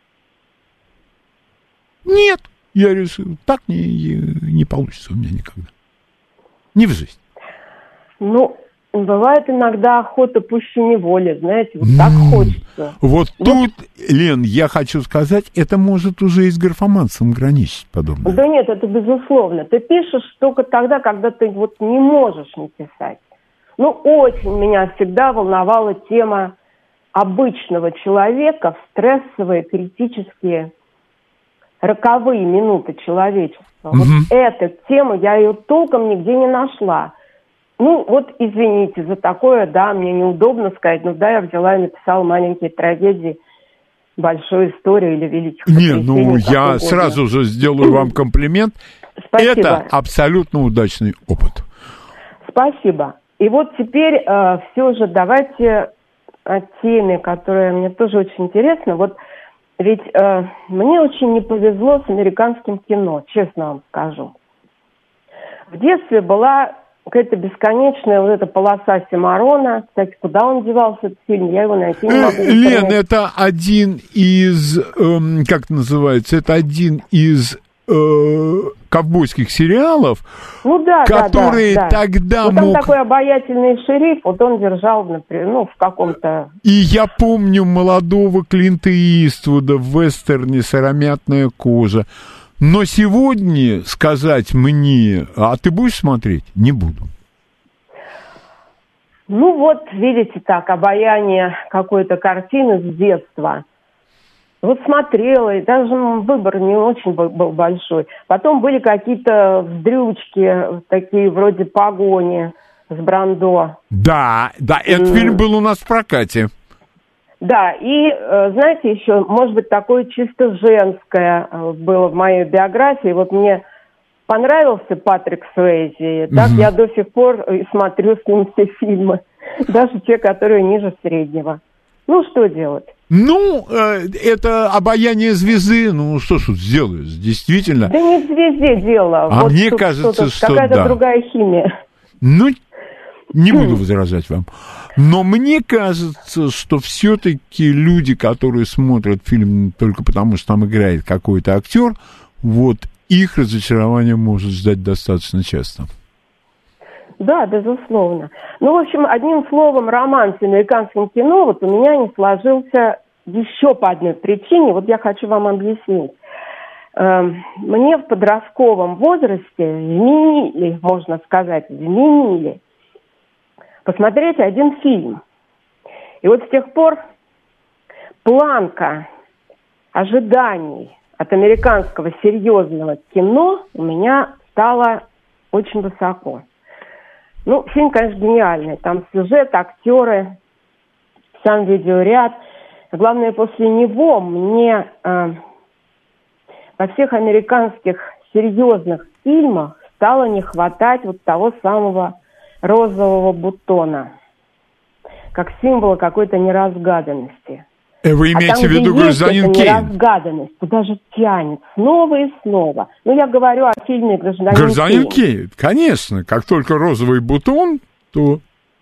Нет, я решил, так не, не получится у меня никогда. Не в жизнь. Ну, бывает иногда охота пуще неволи, знаете, вот так mm. хочется. Вот ну, тут, Лен, я хочу сказать, это может уже и с графоманством граничить подобное. Да нет, это безусловно. Ты пишешь только тогда, когда ты вот не можешь не писать. Ну, очень меня всегда волновала тема обычного человека в стрессовые, критические роковые минуты человечества. Угу. Вот эту тему я ее толком нигде не нашла. Ну, вот извините за такое, да, мне неудобно сказать, но да, я взяла и написала маленькие трагедии, большую историю или великих Не, ну, потрясений, я угодно. сразу же сделаю вам комплимент. Спасибо. Это абсолютно удачный опыт. Спасибо. И вот теперь э, все же давайте о теме, которая мне тоже очень интересна. Вот ведь э, мне очень не повезло с американским кино, честно вам скажу. В детстве была какая-то бесконечная вот эта полоса Симарона. Кстати, куда он девался, этот фильм, я его найти не могу. Э, Лен, это один из, эм, как это называется, это один из э, ковбойских сериалов, ну, да, которые да, да, да. тогда ну, там мог... такой обаятельный шериф, вот он держал, например, ну, в каком-то... И я помню молодого Клинта Иствуда в вестерне «Сыромятная кожа». Но сегодня сказать мне, а ты будешь смотреть? Не буду. Ну вот, видите, так, обаяние какой-то картины с детства. Вот смотрела, и даже выбор не очень был, был большой. Потом были какие-то вздрючки, такие вроде «Погони» с Брандо. Да, да, этот Mm. фильм был у нас в прокате. Да, и, э, знаете, еще, может быть, такое чисто женское э, было в моей биографии. Вот мне понравился Патрик Суэйзи, так Мгм. я до сих пор и смотрю с ним все фильмы, даже те, которые ниже среднего. Ну, что делать? Ну, э, это обаяние звезды, ну, что ж тут сделаешь, действительно. Да не в звезде дело. А вот мне тут кажется, что-то, что какая-то да. другая химия. Ну, не буду возражать вам. Но мне кажется, что все-таки люди, которые смотрят фильм только потому, что там играет какой-то актер, вот их разочарование может ждать достаточно часто. Да, безусловно. Ну, в общем, одним словом, роман с американским кино вот у меня не сложился еще по одной причине. Вот я хочу вам объяснить. Эм, Мне в подростковом возрасте вменили, можно сказать, вменили посмотреть один фильм. И вот с тех пор планка ожиданий от американского серьезного кино у меня стала очень высоко. Ну, фильм, конечно, гениальный. Там сюжет, актеры, сам видеоряд. Главное, после него мне э, во всех американских серьезных фильмах стало не хватать вот того самого розового бутона, как символа какой-то неразгаданности. Вы имеете а там, в виду где есть «Гражданин эта Кейн»? неразгаданность, туда же тянет снова и снова. Ну, я говорю о фильме «Гражданин, «Гражданин Кейн». Кейн», конечно. Как только розовый бутон, то...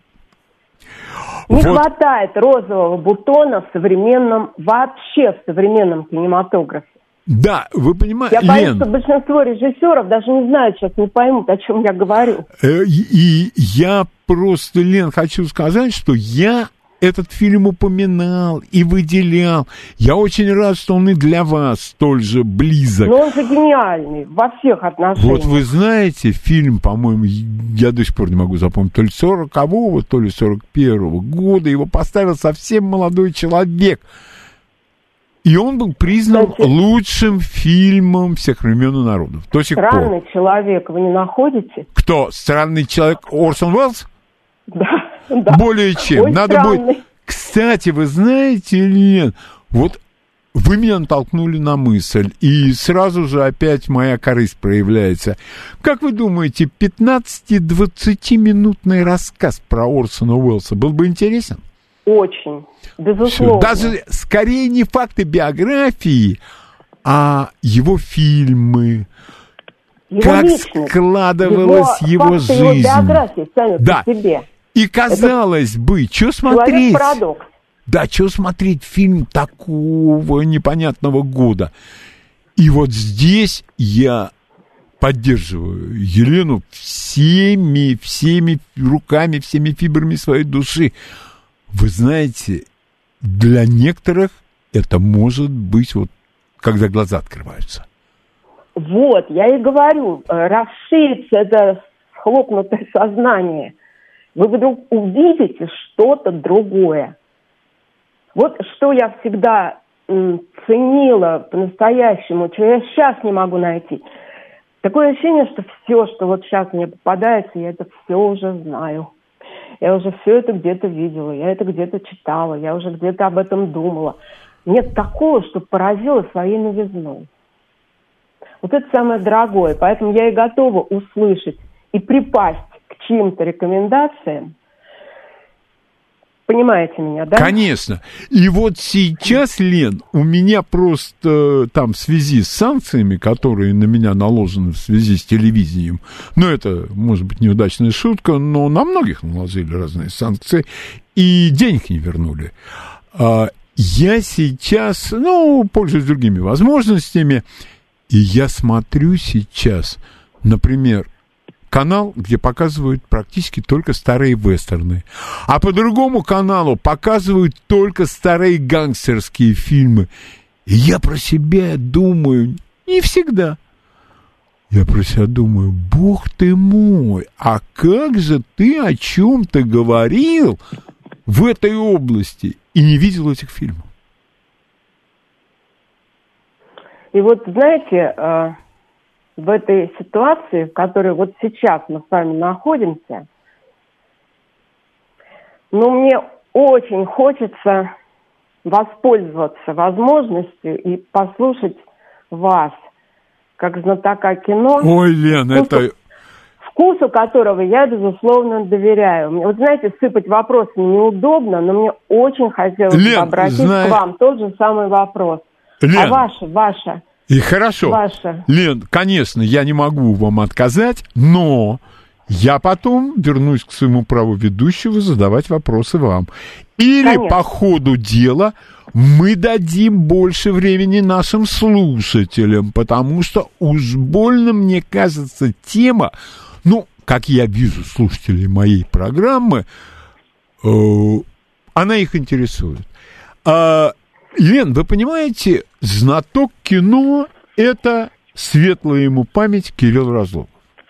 Не вот. хватает розового бутона в современном, вообще в современном кинематографе. Да, вы понимаете, Я боюсь, Лен, что большинство режиссеров даже не знают, сейчас не поймут, о чем я говорю. э, и я просто, Лен, хочу сказать, что я этот фильм упоминал и выделял. Я очень рад, что он и для вас столь же близок. Но он же гениальный во всех отношениях. Вот вы знаете, фильм, по-моему, я до сих пор не могу запомнить, то ли сорокового, то ли сорок первого года, его поставил совсем молодой человек. И он был признан Кстати, лучшим фильмом всех времен и народов. До сих Странный пор. человек, вы не находите? Кто? Странный человек Орсон Уэллс? Да, да. Более чем. Ой, Надо странный. будет... Кстати, вы знаете или нет, вот вы меня натолкнули на мысль, и сразу же опять моя корысть проявляется. Как вы думаете, пятнадцати-двадцатиминутный рассказ про Орсона Уэллса был бы интересен? Очень, безусловно. Даже скорее не факты биографии, а его фильмы, Его как личность, складывалась его, его жизнь. Его биография сами Да. по себе. И казалось бы, что смотреть? Человек-парадокс. Да, что смотреть фильм такого непонятного года? И вот здесь я поддерживаю Елену всеми, всеми руками, всеми фибрами своей души. Вы знаете, для некоторых это может быть вот, когда глаза открываются. Вот, я и говорю, расширится это схлопнутое сознание. Вы вдруг увидите что-то другое. Вот что я всегда м, ценила по-настоящему, чего я сейчас не могу найти. Такое ощущение, что все, что вот сейчас мне попадается, я это все уже знаю. Я уже все это где-то видела, я это где-то читала, я уже где-то об этом думала. Нет такого, что поразило своей новизной. Вот это самое дорогое. Поэтому я и готова услышать и припасть к чьим-то рекомендациям. Понимаете меня, да? Конечно. И вот сейчас, Лен, у меня просто там в связи с санкциями, которые на меня наложены в связи с телевидением, ну, это, может быть, неудачная шутка, но на многих наложили разные санкции, и денег не вернули. Я сейчас, ну, пользуюсь другими возможностями, и я смотрю сейчас, например, канал, где показывают практически только старые вестерны. А по другому каналу показывают только старые гангстерские фильмы. И я про себя думаю, не всегда. Я про себя думаю, бог ты мой, а как же ты о чем-то говорил в этой области и не видел этих фильмов? И вот, знаете, в этой ситуации, в которой вот сейчас мы с вами находимся, ну, мне очень хочется воспользоваться возможностью и послушать вас, как знатока кино. Ой, Лен, вкусу, это... вкусу которого я, безусловно, доверяю. Вот, знаете, сыпать вопросами неудобно, но мне очень хотелось Лен, бы обратить зна... к вам тот же самый вопрос. Лен. А ваше, ваше... И хорошо, Ваша. Лен, конечно, я не могу вам отказать, но я потом вернусь к своему праву ведущего задавать вопросы вам. Или конечно. По ходу дела мы дадим больше времени нашим слушателям, потому что уж больно, мне кажется, тема, ну, как я вижу слушателей моей программы, э, она их интересует. А Лен, вы понимаете, знаток кино – это, светлая ему память, Кирилл Разлогов.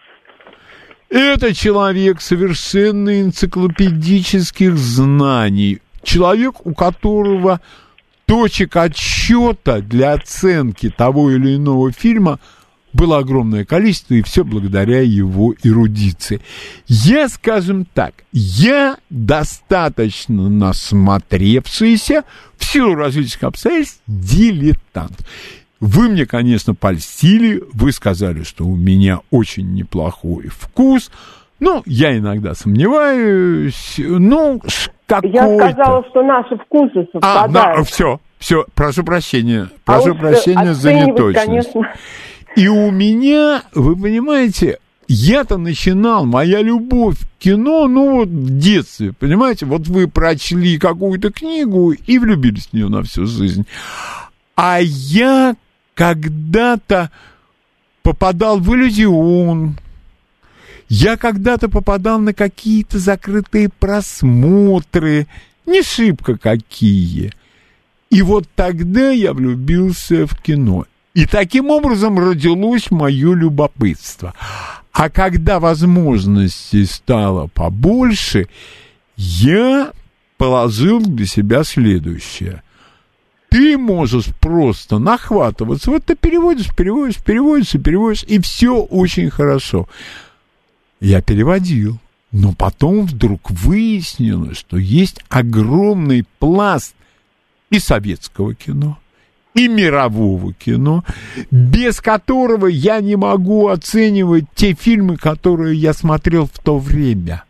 Это человек совершенно энциклопедических знаний. Человек, у которого точек отсчета для оценки того или иного фильма было огромное количество, и все благодаря его эрудиции. Я, скажем так, я достаточно насмотревшийся в силу различных обстоятельств дилетант. Вы мне, конечно, польстили, вы сказали, что у меня очень неплохой вкус, ну, я иногда сомневаюсь, ну, какой-то... Я сказала, что наши вкусы совпадают. А, да, все, все, прошу прощения, прошу а прощения за неточность. Конечно. И у меня, вы понимаете, я-то начинал, моя любовь к кино, ну вот в детстве, понимаете, вот вы прочли какую-то книгу и влюбились в нее на всю жизнь. А я когда-то попадал в иллюзион, я когда-то попадал на какие-то закрытые просмотры, не шибко какие. И вот тогда я влюбился в кино. И таким образом родилось мое любопытство. А когда возможностей стало побольше, я положил для себя следующее. Ты можешь просто нахватываться. Вот ты переводишь, переводишь, переводишь и переводишь, и все очень хорошо. Я переводил. Но потом вдруг выяснилось, что есть огромный пласт и советского кино, и мирового кино, без которого я не могу оценивать те фильмы, которые я смотрел в то время.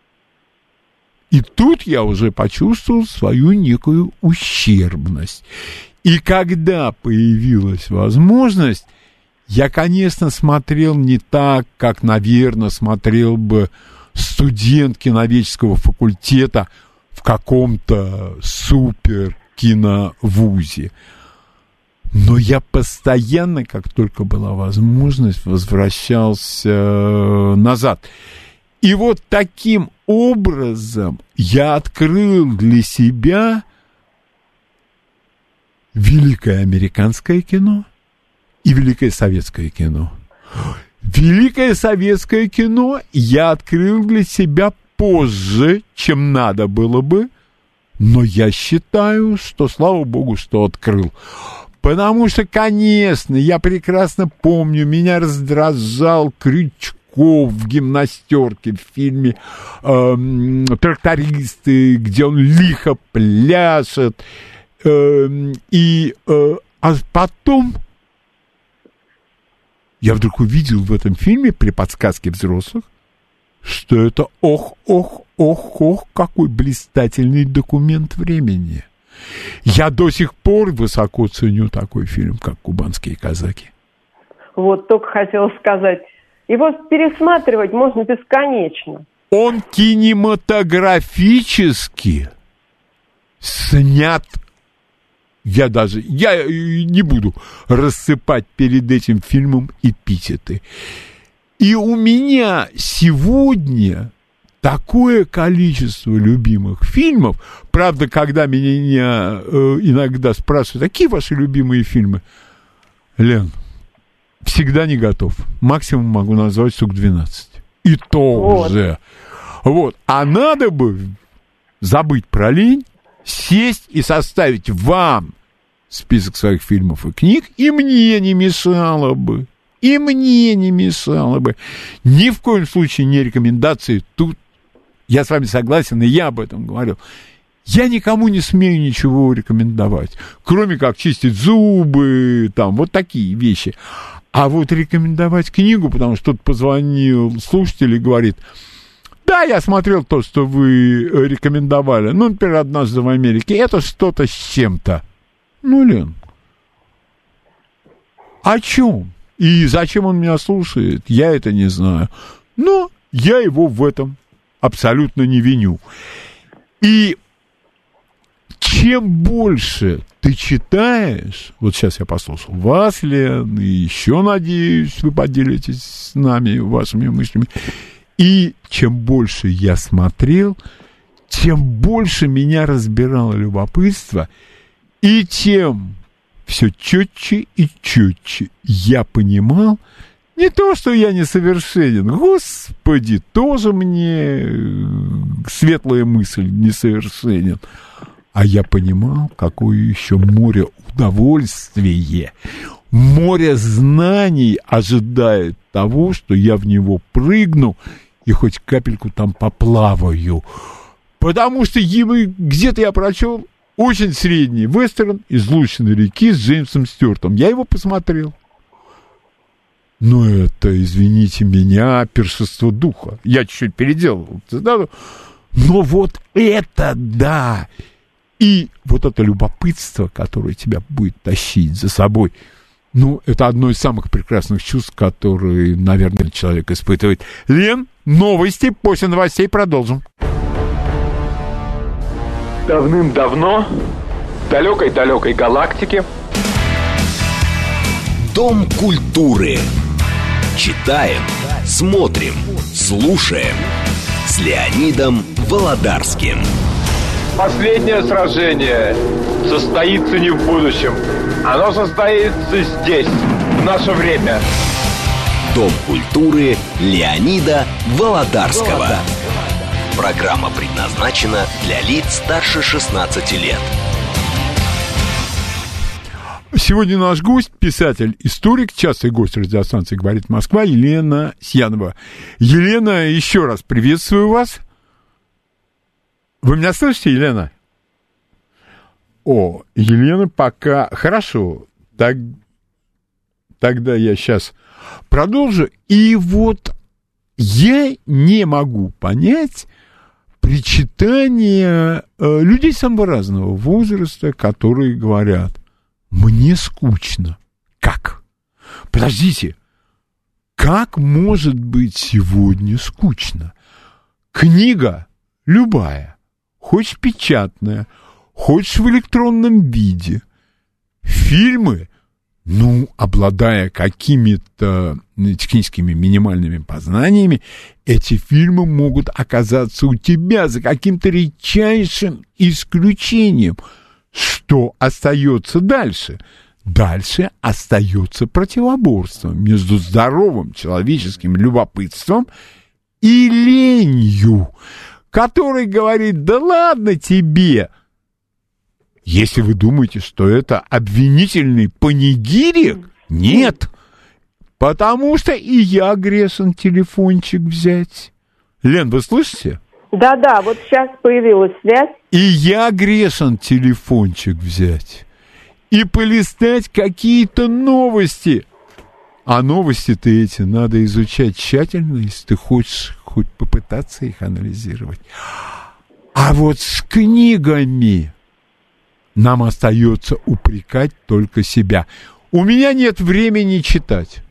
И тут я уже почувствовал свою некую ущербность. И когда появилась возможность, я, конечно, смотрел не так, как, наверное, смотрел бы студент киноведческого факультета в каком-то супер киновузе. Но я постоянно, как только была возможность, возвращался назад. И вот таким образом я открыл для себя великое американское кино и великое советское кино. Великое советское кино я открыл для себя позже, чем надо было бы, Но я считаю, что, слава богу, что открыл. Потому что, конечно, я прекрасно помню, меня раздражал Крючков в «Гимнастерке», в фильме э, «Трактористы», где он лихо пляшет. Э, и, э, а потом я вдруг увидел в этом фильме при подсказке взрослых, что это ох, ох, ох, ох, какой блистательный документ времени. Я до сих пор высоко ценю такой фильм, как «Кубанские казаки». Вот, только хотела сказать, его пересматривать можно бесконечно. Он кинематографически снят. Я даже, я не буду рассыпать перед этим фильмом эпитеты. И у меня сегодня такое количество любимых фильмов. Правда, когда меня э, иногда спрашивают, какие ваши любимые фильмы? Лен, всегда не готов. Максимум могу назвать штук двенадцать. И то вот. Уже. Вот. А надо бы забыть про лень, сесть и составить вам список своих фильмов и книг, и мне не мешало бы. И мне не мешало бы. Ни в коем случае не рекомендации. Тут я с вами согласен, и я об этом говорил. Я никому не смею ничего рекомендовать, кроме как чистить зубы, там, вот такие вещи. А вот рекомендовать книгу, потому что кто-то позвонил слушатель и говорит, да, я смотрел то, что вы рекомендовали, ну, например, «Однажды в Америке», это что-то с чем-то. Ну, Лен, о чем? И зачем он меня слушает, я это не знаю. Но я его в этом абсолютно не виню. И чем больше ты читаешь, вот сейчас я послушал вас, Лен, и еще, надеюсь, вы поделитесь с нами вашими мыслями, и чем больше я смотрел, тем больше меня разбирало любопытство, и тем все четче и четче я понимал, не то, что я несовершенен, Господи, тоже мне светлая мысль несовершенен, а я понимал, какое еще море удовольствия, море знаний ожидает того, что я в него прыгну и хоть капельку там поплаваю. Потому что где-то я прочел очень средний вестерн «Излученной реки» с Джеймсом Стюартом. Я его посмотрел. Но это, извините меня, «Пиршество духа». Я чуть-чуть переделал. Но вот это да! И вот это любопытство, которое тебя будет тащить за собой, ну, это одно из самых прекрасных чувств, которые, наверное, человек испытывает. Лен, новости, после новостей продолжим. Давным-давно, в далекой-далекой галактике. Дом культуры. Читаем, смотрим, слушаем. С Леонидом Володарским. Последнее сражение состоится не в будущем. Оно состоится здесь, в наше время. Дом культуры Леонида Володарского. Программа предназначена для лиц старше шестнадцати лет. Сегодня наш гость, писатель, историк, частый гость радиостанции «Говорит Москва» Елена Сьянова. Елена, еще раз приветствую вас. Вы меня слышите, Елена? О, Елена пока... Хорошо, так... тогда я сейчас продолжу. И вот я не могу понять причитания э, людей самого разного возраста, которые говорят, мне скучно. Как? Подождите, как может быть сегодня скучно? Книга любая, хоть печатная, хоть в электронном виде, фильмы, ну, обладая какими-то техническими минимальными познаниями, эти фильмы могут оказаться у тебя за каким-то редчайшим исключением. Что остается дальше? Дальше остается противоборство между здоровым человеческим любопытством и ленью, который говорит, да ладно тебе, Если вы думаете, что это обвинительный панигирик, нет. Потому что и я грешен телефончик взять. Лен, вы слышите? Да-да, вот сейчас появилась связь. И я грешен телефончик взять. И полистать какие-то новости. А новости-то эти надо изучать тщательно, если ты хочешь хоть попытаться их анализировать. А вот с книгами нам остается упрекать только себя. У меня нет времени читать.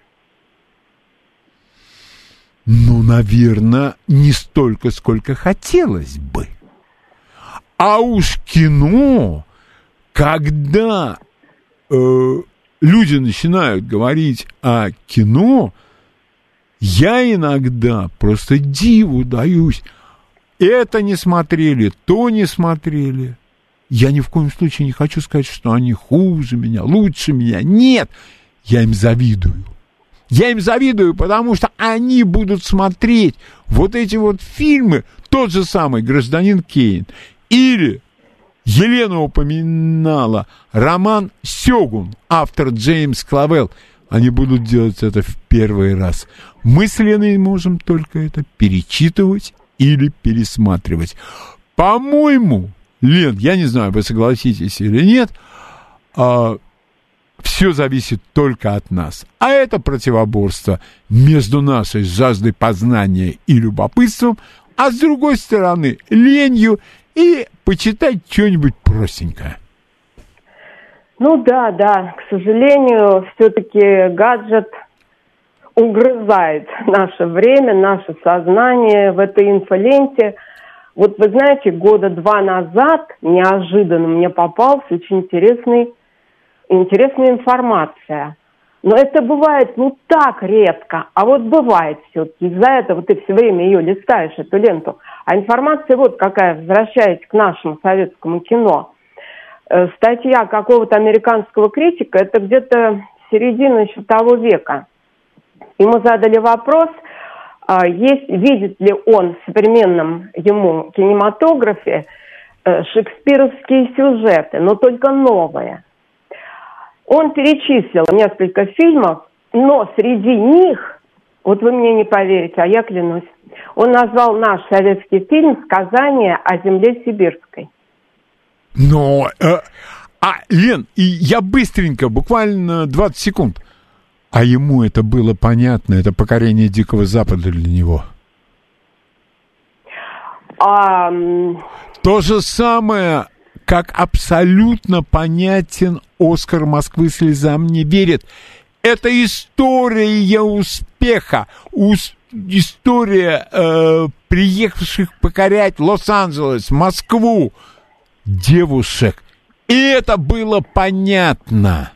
Ну, наверное, не столько, сколько хотелось бы. А уж кино, когда э, люди начинают говорить о кино, я иногда просто диву даюсь. Это не смотрели, то не смотрели. Я ни в коем случае не хочу сказать, что они хуже меня, лучше меня. Нет, я им завидую. Я им завидую, потому что они будут смотреть вот эти вот фильмы, тот же самый «Гражданин Кейн», или Елена упоминала роман «Сёгун», автор Джеймс Клавелл. Они будут делать это в первый раз. Мы с Леной можем только это перечитывать или пересматривать. По-моему, Лен, я не знаю, вы согласитесь или нет, а, все зависит только от нас. А это противоборство между нашей жаждой познания и любопытством, а с другой стороны ленью и почитать что-нибудь простенькое. Ну да, да, к сожалению, все-таки гаджет угрызает наше время, наше сознание в этой инфоленте. Вот вы знаете, года два назад неожиданно мне попалась очень интересный, интересная информация. Но это бывает, ну, так редко. А вот бывает все-таки. Из-за этого ты все время ее листаешь, эту ленту. А информация вот какая, возвращаясь к нашему советскому кино. Э, статья какого-то американского критика, это где-то середина еще того века. Ему задали вопрос, э, есть, видит ли он в современном ему кинематографе э, шекспировские сюжеты, но только новые. Он перечислил несколько фильмов, но среди них, вот вы мне не поверите, а я клянусь, он назвал наш советский фильм «Сказание о земле сибирской». Но, э, а, Лен, и я быстренько, буквально двадцать секунд, а ему это было понятно, это покорение Дикого Запада для него? А... То же самое, как абсолютно понятен «Оскар Москвы слезам не верит». Это история успеха, ус- история э, приехавших покорять Лос-Анджелес, Москву, девушек. И это было понятно.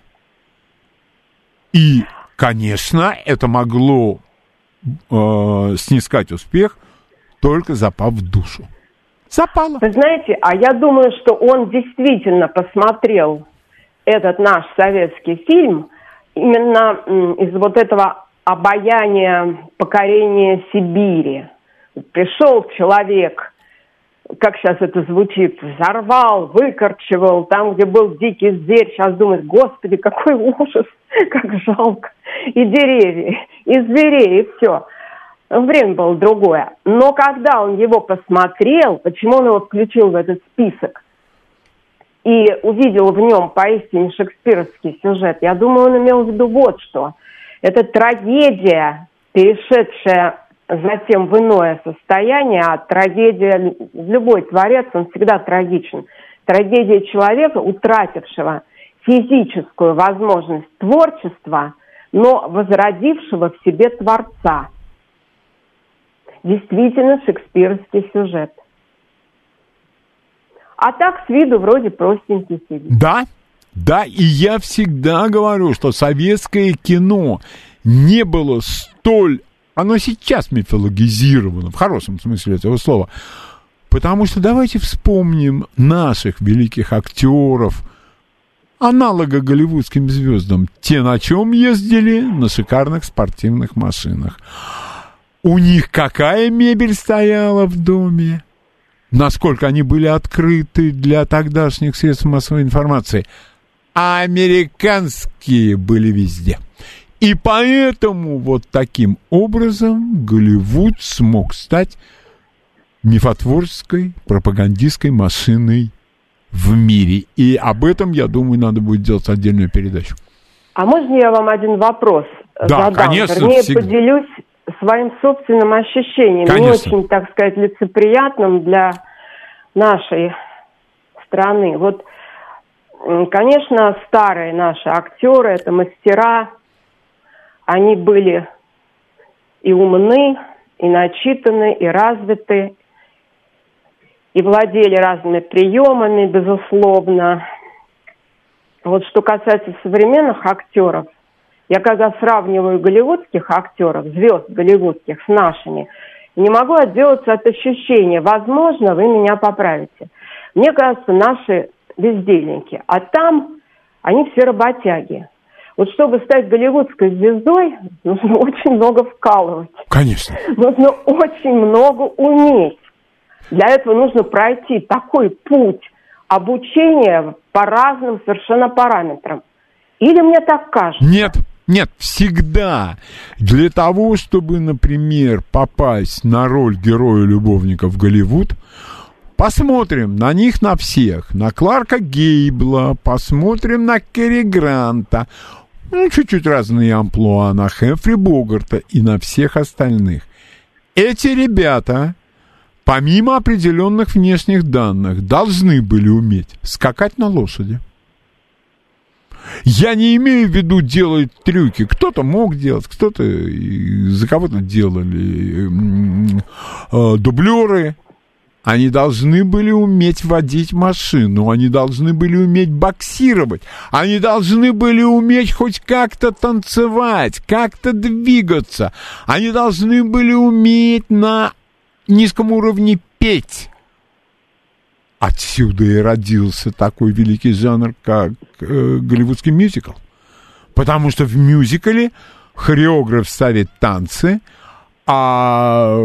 И, конечно, это могло э, снискать успех, только запав в душу. Запало. Вы знаете, а я думаю, что он действительно посмотрел этот наш советский фильм именно из вот этого обаяния покорения Сибири. Пришел человек, как сейчас это звучит, взорвал, выкорчевал, там, где был дикий зверь, сейчас думает, господи, какой ужас, как жалко. И деревья, и зверей, и все. Время было другое. Но когда он его посмотрел, почему он его включил в этот список, и увидел в нем поистине шекспировский сюжет, я думаю, он имел в виду вот что. Это трагедия, перешедшая затем в иное состояние, а трагедия, любой творец, он всегда трагичен. Трагедия человека, утратившего физическую возможность творчества, но возродившего в себе Творца. Действительно шекспировский сюжет. А так с виду вроде простенький фильм. Да, да, и я всегда говорю, что советское кино не было столь... Оно сейчас мифологизировано, в хорошем смысле этого слова. Потому что давайте вспомним наших великих актеров, аналога голливудским звездам. Те на чем ездили? На шикарных спортивных машинах. У них какая мебель стояла в доме? насколько они были открыты для тогдашних средств массовой информации, а американские были везде. И поэтому вот таким образом Голливуд смог стать мифотворческой, пропагандистской машиной в мире. И об этом, я думаю, надо будет делать отдельную передачу. А можно я вам один вопрос да, задам? Конечно, Вернее, всегда. поделюсь своим собственным ощущением, Конечно. не очень, так сказать, лицеприятным для нашей страны. Вот, конечно, старые наши актеры, это мастера, они были и умны, и начитаны, и развиты, и владели разными приемами, безусловно. Вот что касается современных актеров, я когда сравниваю голливудских актеров, звезд голливудских с нашими, не могу отделаться от ощущения, возможно, вы меня поправите. Мне кажется, наши бездельники, а там они все работяги. Вот чтобы стать голливудской звездой, нужно очень много вкалывать. Конечно. Нужно очень много уметь. Для этого нужно пройти такой путь обучения по разным совершенно параметрам. Или мне так кажется? Нет, нет, всегда для того, чтобы, например, попасть на роль героя-любовника в Голливуд, посмотрим на них на всех, на Кларка Гейбла, посмотрим на Кэрри Гранта, ну, чуть-чуть разные амплуа, на Хэмфри Богарта и на всех остальных. Эти ребята, помимо определенных внешних данных, должны были уметь скакать на лошади. Я не имею в виду делать трюки. Кто-то мог делать, кто-то за кого-то делали э, дублеры. Они должны были уметь водить машину, они должны были уметь боксировать, они должны были уметь хоть как-то танцевать, как-то двигаться, они должны были уметь на низком уровне петь. Отсюда и родился такой великий жанр, как э, голливудский мюзикл. Потому что в мюзикле хореограф ставит танцы, а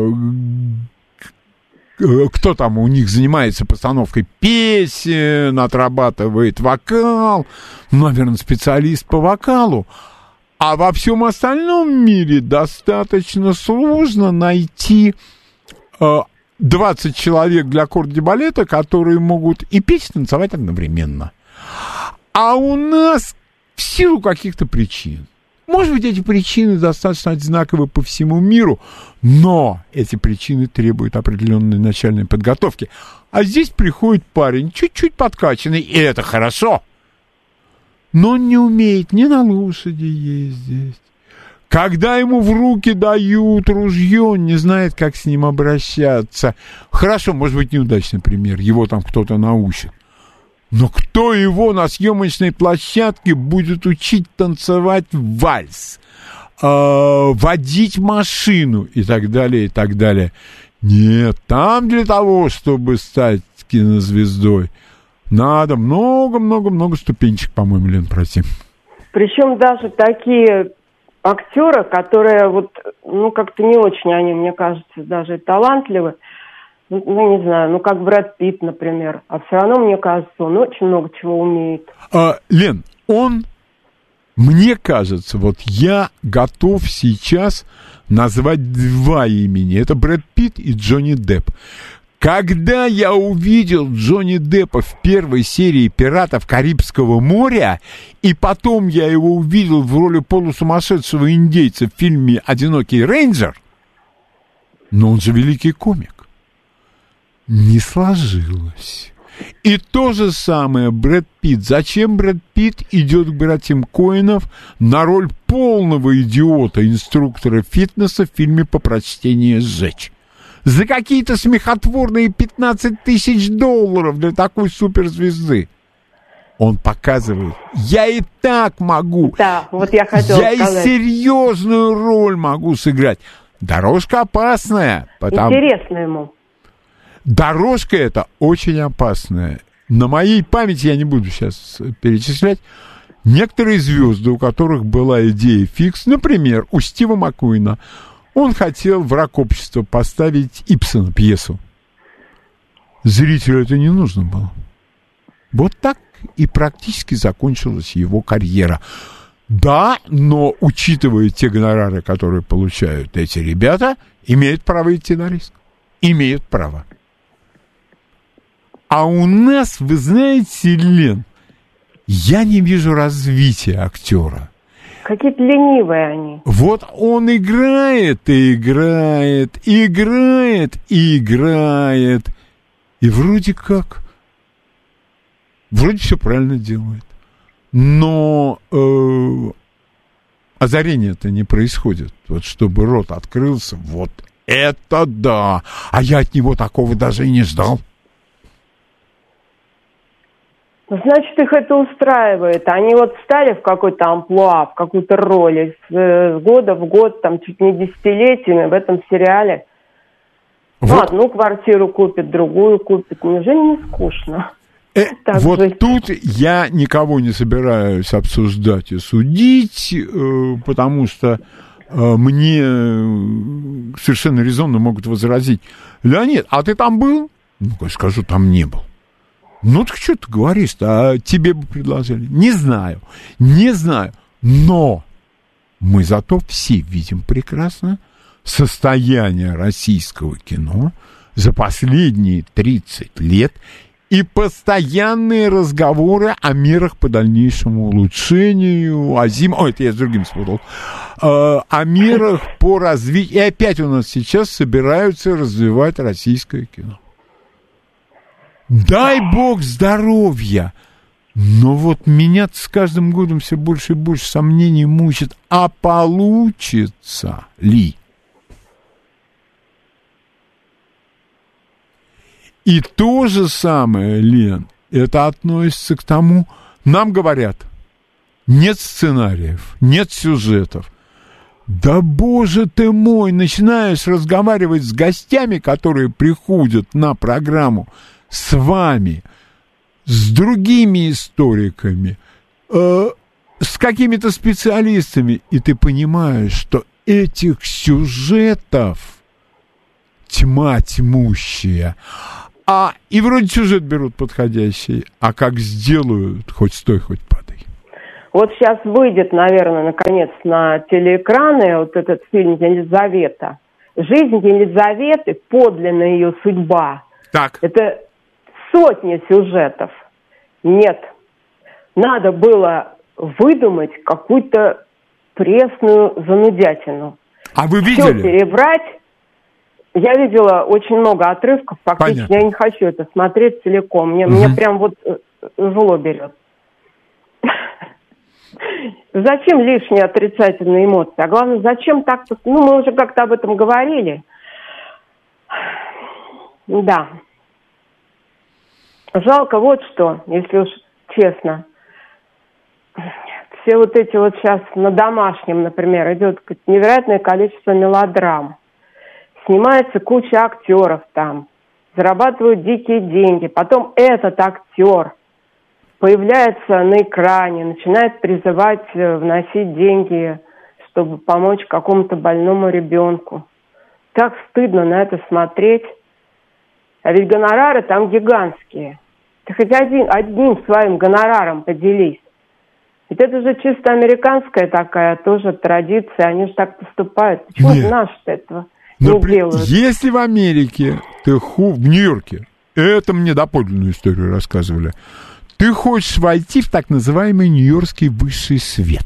кто там у них занимается постановкой песен, отрабатывает вокал, наверное, специалист по вокалу. А во всем остальном мире достаточно сложно найти э, двадцать человек для корди-балета, которые могут и петь, и танцевать одновременно. А у нас в силу каких-то причин. Может быть, эти причины достаточно одинаковы по всему миру, но эти причины требуют определенной начальной подготовки. А здесь приходит парень, чуть-чуть подкачанный, и это хорошо. Но он не умеет ни на лошади ездить. Когда ему в руки дают ружье, он не знает, как с ним обращаться. Хорошо, может быть, неудачный пример, его там кто-то научит. Но кто его на съемочной площадке будет учить танцевать вальс, э, водить машину и так далее, и так далее? Нет, там для того, чтобы стать кинозвездой, надо много-много-много ступенечек, по-моему, Лен, пройти. Причем даже такие актеры, которые вот, ну, как-то не очень они, мне кажется, даже талантливы, ну, ну, не знаю, ну, как Брэд Питт, например. А все равно, мне кажется, он очень много чего умеет. А, Лен, он, мне кажется, вот я готов сейчас назвать два имени. Это Брэд Питт и Джонни Депп. Когда я увидел Джонни Деппа в первой серии «Пиратов Карибского моря», и потом я его увидел в роли полусумасшедшего индейца в фильме «Одинокий рейнджер», но он же великий комик. Не сложилось. И то же самое Брэд Питт. Зачем Брэд Питт идет к братьям Коэнов на роль полного идиота, инструктора фитнеса в фильме «По прочтении сжечь»? За какие-то смехотворные пятнадцать тысяч долларов для такой суперзвезды. Он показывает, я и так могу. Да, вот я хотела я сказать. и серьезную роль могу сыграть. Дорожка опасная. Потому... Интересно ему. Дорожка эта очень опасная. На моей памяти, я не буду сейчас перечислять, некоторые звезды, у которых была идея фикс, например, у Стива Маккуина, он хотел «Враг общества» поставить Ибсена пьесу. Зрителю это не нужно было. Вот так и практически закончилась его карьера. Да, но учитывая те гонорары, которые получают эти ребята, имеют право идти на риск. Имеют право. А у нас, вы знаете, Лен, я не вижу развития актера. Какие-то ленивые они. Вот он играет и играет, играет и играет. И вроде как, вроде все правильно делает. Но э, озарение-то не происходит. Вот чтобы рот открылся, вот это да. А я от него такого даже и не ждал. Значит, их это устраивает. Они вот встали в какой-то амплуа, в какую-то роль, и с, с года в год, там, чуть не десятилетиями в этом сериале. Вот. Ну, одну квартиру купит, другую купит. Неужели не скучно? Э, вот жить? Тут я никого не собираюсь обсуждать и судить, э, потому что э, мне совершенно резонно могут возразить: Леонид, а ты там был? Ну-ка, скажу, там не был. Ну, так что ты говоришь-то? А тебе бы предложили? Не знаю, не знаю. Но мы зато все видим прекрасно состояние российского кино за последние тридцать лет и постоянные разговоры о мерах по дальнейшему улучшению, о зим... Ой, это я с другим спутал. Э, о мерах по развитию. И опять у нас сейчас собираются развивать российское кино. Дай бог здоровья. Но вот меня с каждым годом все больше и больше сомнений мучит. А получится ли? И то же самое, Лен, это относится к тому, нам говорят, нет сценариев, нет сюжетов. Да боже ты мой, начинаешь разговаривать с гостями, которые приходят на программу, с вами, с другими историками, э, с какими-то специалистами, и ты понимаешь, что этих сюжетов тьма тьмущая. А и вроде сюжет берут подходящий, а как сделают, хоть стой, хоть падай. Вот сейчас выйдет, наверное, наконец на телеэкраны вот этот фильм «Елизавета». Жизнь Елизаветы, подлинная ее судьба. Так. Это сотни сюжетов. Нет. Надо было выдумать какую-то пресную занудятину. А вы видели? Все перебрать. Я видела очень много отрывков, фактически. Понятно. Я не хочу это смотреть целиком. Мне, угу. мне прям вот зло берет. Зачем лишние отрицательные эмоции? А главное, зачем так-то... Ну, мы уже как-то об этом говорили. Да. Жалко вот что, если уж честно. Все вот эти вот сейчас на домашнем, например, идет невероятное количество мелодрам. Снимается куча актеров там, зарабатывают дикие деньги. Потом этот актер появляется на экране, начинает призывать вносить деньги, чтобы помочь какому-то больному ребенку. Так стыдно на это смотреть. А ведь гонорары там гигантские. Ты хоть один, одним своим гонораром поделись. Ведь это же чисто американская такая тоже традиция. Они же так поступают. Почему же наши-то этого Но не при... делают? Если в Америке, ты ху... в Нью-Йорке, это мне доподлинную историю рассказывали, ты хочешь войти в так называемый нью-йоркский высший свет.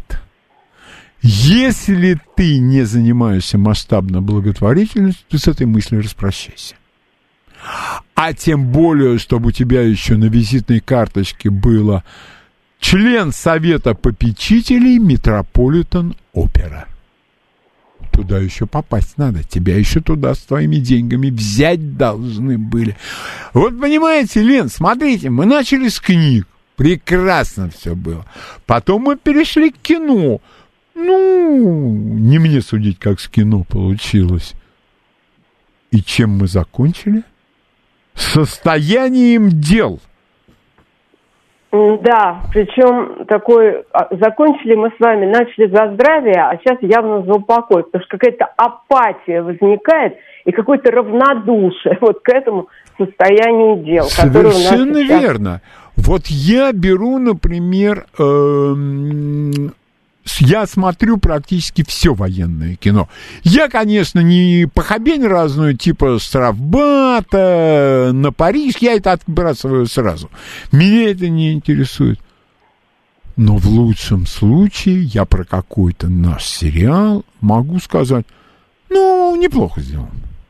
Если ты не занимаешься масштабной благотворительностью, ты с этой мыслью распрощайся. А тем более, чтобы у тебя еще на визитной карточке было член Совета попечителей Метрополитен Опера. Туда еще попасть надо. Тебя еще туда с твоими деньгами взять должны были. Вот понимаете, Лен, смотрите, мы начали с книг. Прекрасно все было. Потом мы перешли к кино. Ну, не мне судить, как с кино получилось. И чем мы закончили? Состоянием дел. Да, причем такой, закончили мы с вами, начали за здравие, а сейчас явно за упокой, потому что какая-то апатия возникает и какое-то равнодушие вот к этому состоянию дел. Совершенно сейчас... верно. Вот я беру, например, эм... я смотрю практически все военное кино. Я, конечно, не похабень разную, типа Штрафбата, на Париж, я это отбрасываю сразу. Меня это не интересует. Но в лучшем случае я про какой-то наш сериал могу сказать, ну, неплохо сделан.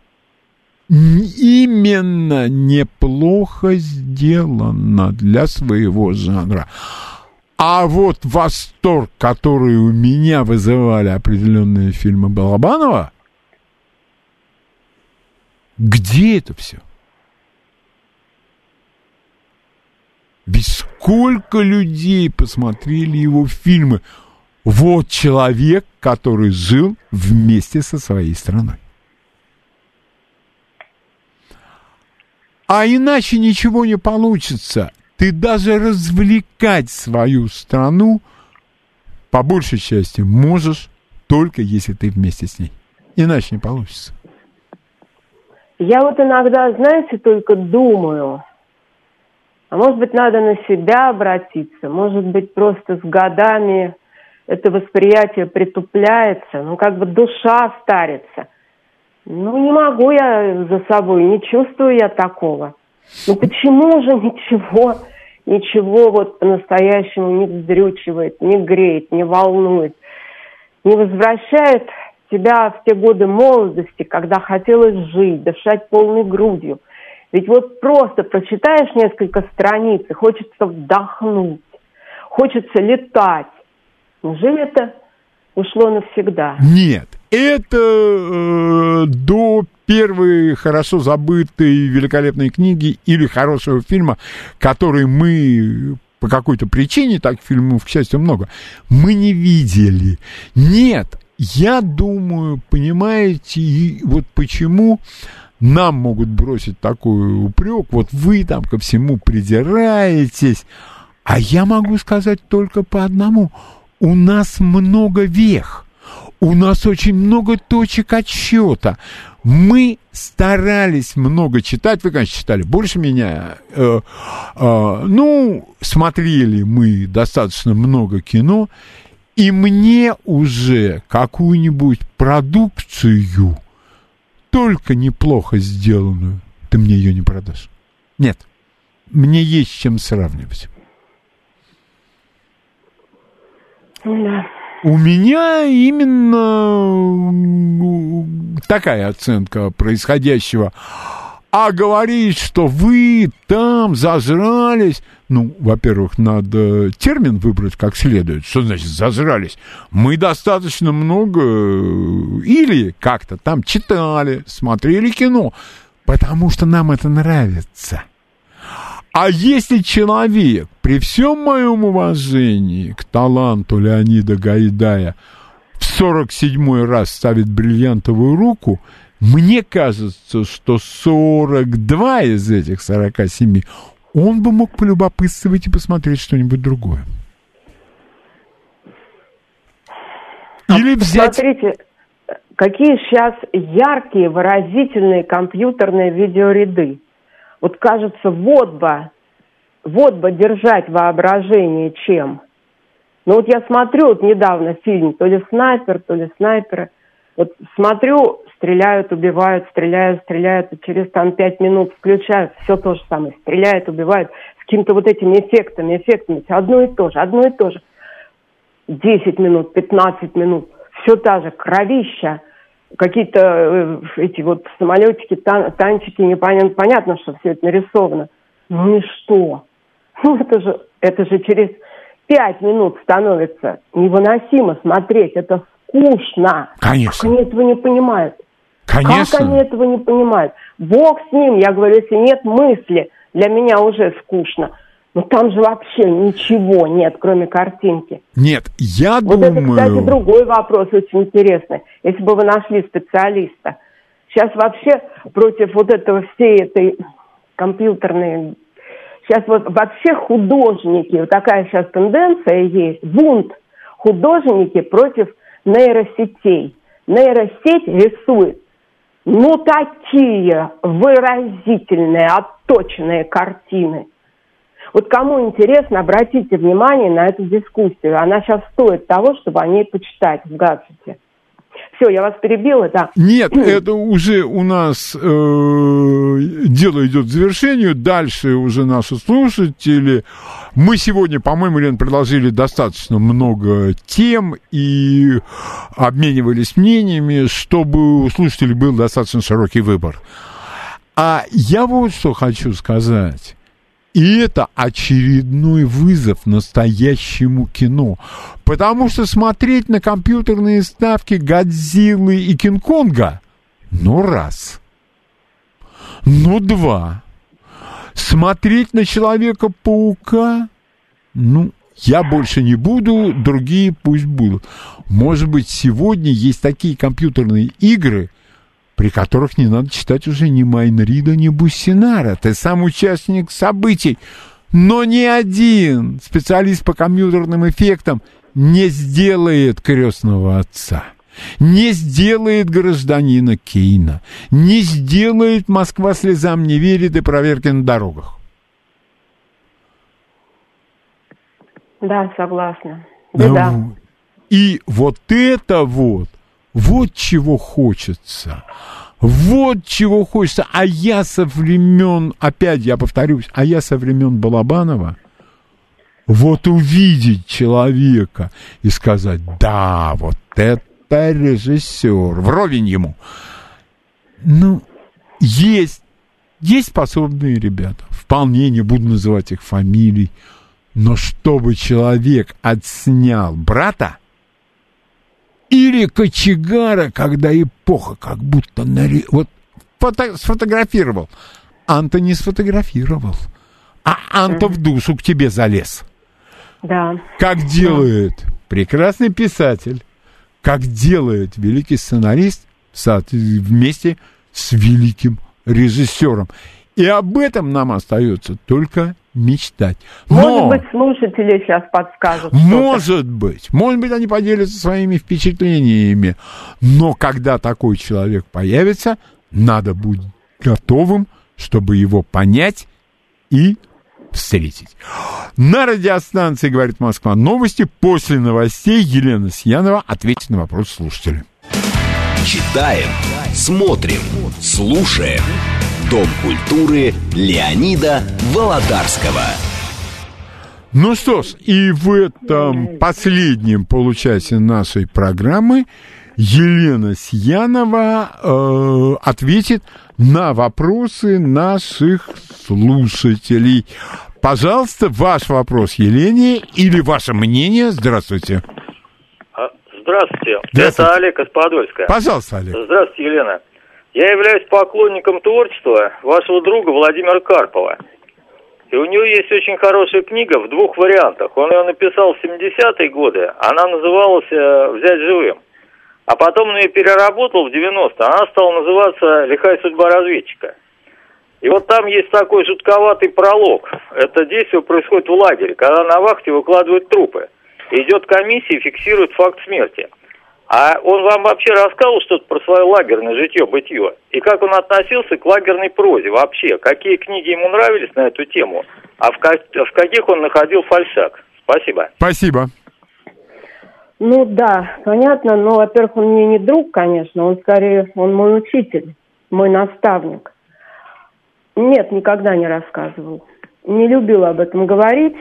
Именно неплохо сделано для своего жанра. А вот восторг, который у меня вызывали определенные фильмы Балабанова, где это все? Ведь сколько людей посмотрели его фильмы. Вот человек, который жил вместе со своей страной. А иначе ничего не получится. Ты даже развлекать свою страну, по большей части, можешь только если ты вместе с ней. Иначе не получится. Я вот иногда, знаете, только думаю, а может быть, надо на себя обратиться, может быть, просто с годами это восприятие притупляется, ну, как бы душа старится. Ну, не могу я за собой, не чувствую я такого. Ну, почему же ничего, ничего вот по-настоящему не вздрючивает, не греет, не волнует, не возвращает тебя в те годы молодости, когда хотелось жить, дышать полной грудью? Ведь вот просто прочитаешь несколько страниц, и хочется вдохнуть, хочется летать. Неужели это ушло навсегда? Нет, это э, до первой хорошо забытой великолепной книги или хорошего фильма, который мы по какой-то причине, так фильмов, к счастью, много, мы не видели. Нет, я думаю, понимаете, и вот почему нам могут бросить такой упрек, вот вы там ко всему придираетесь, а я могу сказать только по одному. У нас много вех, у нас очень много точек отсчета. Мы старались много читать, вы, конечно, читали больше меня, э, э, ну, смотрели мы достаточно много кино, и мне уже какую-нибудь продукцию, только неплохо сделанную, ты мне ее не продашь. Нет, мне есть с чем сравнивать. Да. У меня именно такая оценка происходящего. А говорить, что вы там зажрались, ну, во-первых, надо термин выбрать как следует. Что значит зажрались? Мы достаточно много или как-то там читали, смотрели кино, потому что нам это нравится. А если человек, при всем моем уважении к таланту Леонида Гайдая, в сорок седьмой раз ставит бриллиантовую руку, мне кажется, что сорок два из этих сорока семи он бы мог полюбопытствовать и посмотреть что-нибудь другое. Или взять... Смотрите, какие сейчас яркие, выразительные компьютерные видеоряды. Вот кажется, вот бы, вот бы держать воображение чем. Ну вот я смотрю вот недавно фильм, то ли «Снайпер», то ли «Снайперы». Вот смотрю, стреляют, убивают, стреляют, стреляют, и через там пять минут включают, все то же самое, стреляют, убивают, с какими-то вот этими эффектами, эффектами, одно и то же, одно и то же. десять минут, пятнадцать минут, все та же кровища, какие-то э, эти вот самолетики, тан- танчики, непонятно, понятно, что все это нарисовано. Ну и что? Ну это же, это же через пять минут становится невыносимо смотреть, это скучно. Конечно. Как они этого не понимают? Конечно. Как они этого не понимают? Бог с ним, я говорю, если нет мысли, для меня уже скучно. Но там же вообще ничего нет, кроме картинки. Нет, я вот думаю... Вот это, кстати, другой вопрос очень интересный. Если бы вы нашли специалиста. Сейчас вообще против вот этого всей этой компьютерной Сейчас вот вообще художники, вот такая сейчас тенденция есть, бунт. Художники против нейросетей. Нейросеть рисует, ну, такие выразительные, отточенные картины. Вот кому интересно, обратите внимание на эту дискуссию. Она сейчас стоит того, чтобы о ней почитать в гаджете. Все, я вас перебила, да? Нет, это уже у нас э, дело идет к завершению. Дальше уже наши слушатели. Мы сегодня, по-моему, Лен, предложили достаточно много тем и обменивались мнениями, чтобы у слушателей был достаточно широкий выбор. А я вот что хочу сказать. И это очередной вызов настоящему кино. Потому что смотреть на компьютерные ставки Годзиллы и Кинг-Конга, ну, раз. Ну, два. Смотреть на Человека-паука, ну, я больше не буду, другие пусть будут. Может быть, сегодня есть такие компьютерные игры, при которых не надо читать уже ни Майн Рида, ни Буссинара. Ты сам участник событий. Но ни один специалист по компьютерным эффектам не сделает «Крестного отца», не сделает «Гражданина Кейна», не сделает «Москва слезам не верит» и «Проверки на дорогах». Да, согласна. Беда. Ну, и вот это вот, вот чего хочется. Вот чего хочется. А я со времен, опять я повторюсь, а я со времен Балабанова, вот увидеть человека и сказать, да, вот это режиссер, вровень ему. Ну, есть, есть способные ребята, вполне, не буду называть их фамилий, но чтобы человек отснял брата, или кочегара, когда эпоха как будто нари... вот фото... сфотографировал. Анта не сфотографировал, а Анта в душу к тебе залез. Да. Как делает да. прекрасный писатель, как делает великий сценарист вместе с великим режиссером. И об этом нам остается только мечтать. Но, может быть, слушатели сейчас подскажут. Может что-то. быть. Может быть, они поделятся своими впечатлениями. Но когда такой человек появится, надо быть готовым, чтобы его понять и встретить. На радиостанции «Говорит Москва» новости. После новостей Елена Сиянова ответит на вопрос слушателя. Читаем, смотрим, слушаем. Дом культуры Леонида Володарского. Ну что ж, и в этом последнем получасе нашей программы Елена Сиянова э, ответит на вопросы наших слушателей. Пожалуйста, ваш вопрос Елене или ваше мнение. Здравствуйте. Здравствуйте. Здравствуйте. Это Олег из Подольска. Пожалуйста, Олег. Здравствуйте, Елена. Я являюсь поклонником творчества вашего друга Владимира Карпова. И у него есть очень хорошая книга в двух вариантах. Он ее написал в семидесятые годы, она называлась «Взять живым». А потом он ее переработал в девяностые, она стала называться «Лихая судьба разведчика». И вот там есть такой жутковатый пролог. Это действие происходит в лагере, когда на вахте выкладывают трупы. Идет комиссия и фиксирует факт смерти. А он вам вообще рассказывал что-то про свое лагерное житье-бытие? И как он относился к лагерной прозе вообще? Какие книги ему нравились на эту тему? А в, как, в каких он находил фальшак? Спасибо. Спасибо. Ну да, понятно. Но, во-первых, он мне не друг, конечно. Он скорее, он мой учитель, мой наставник. Нет, никогда не рассказывал. Не любил об этом говорить.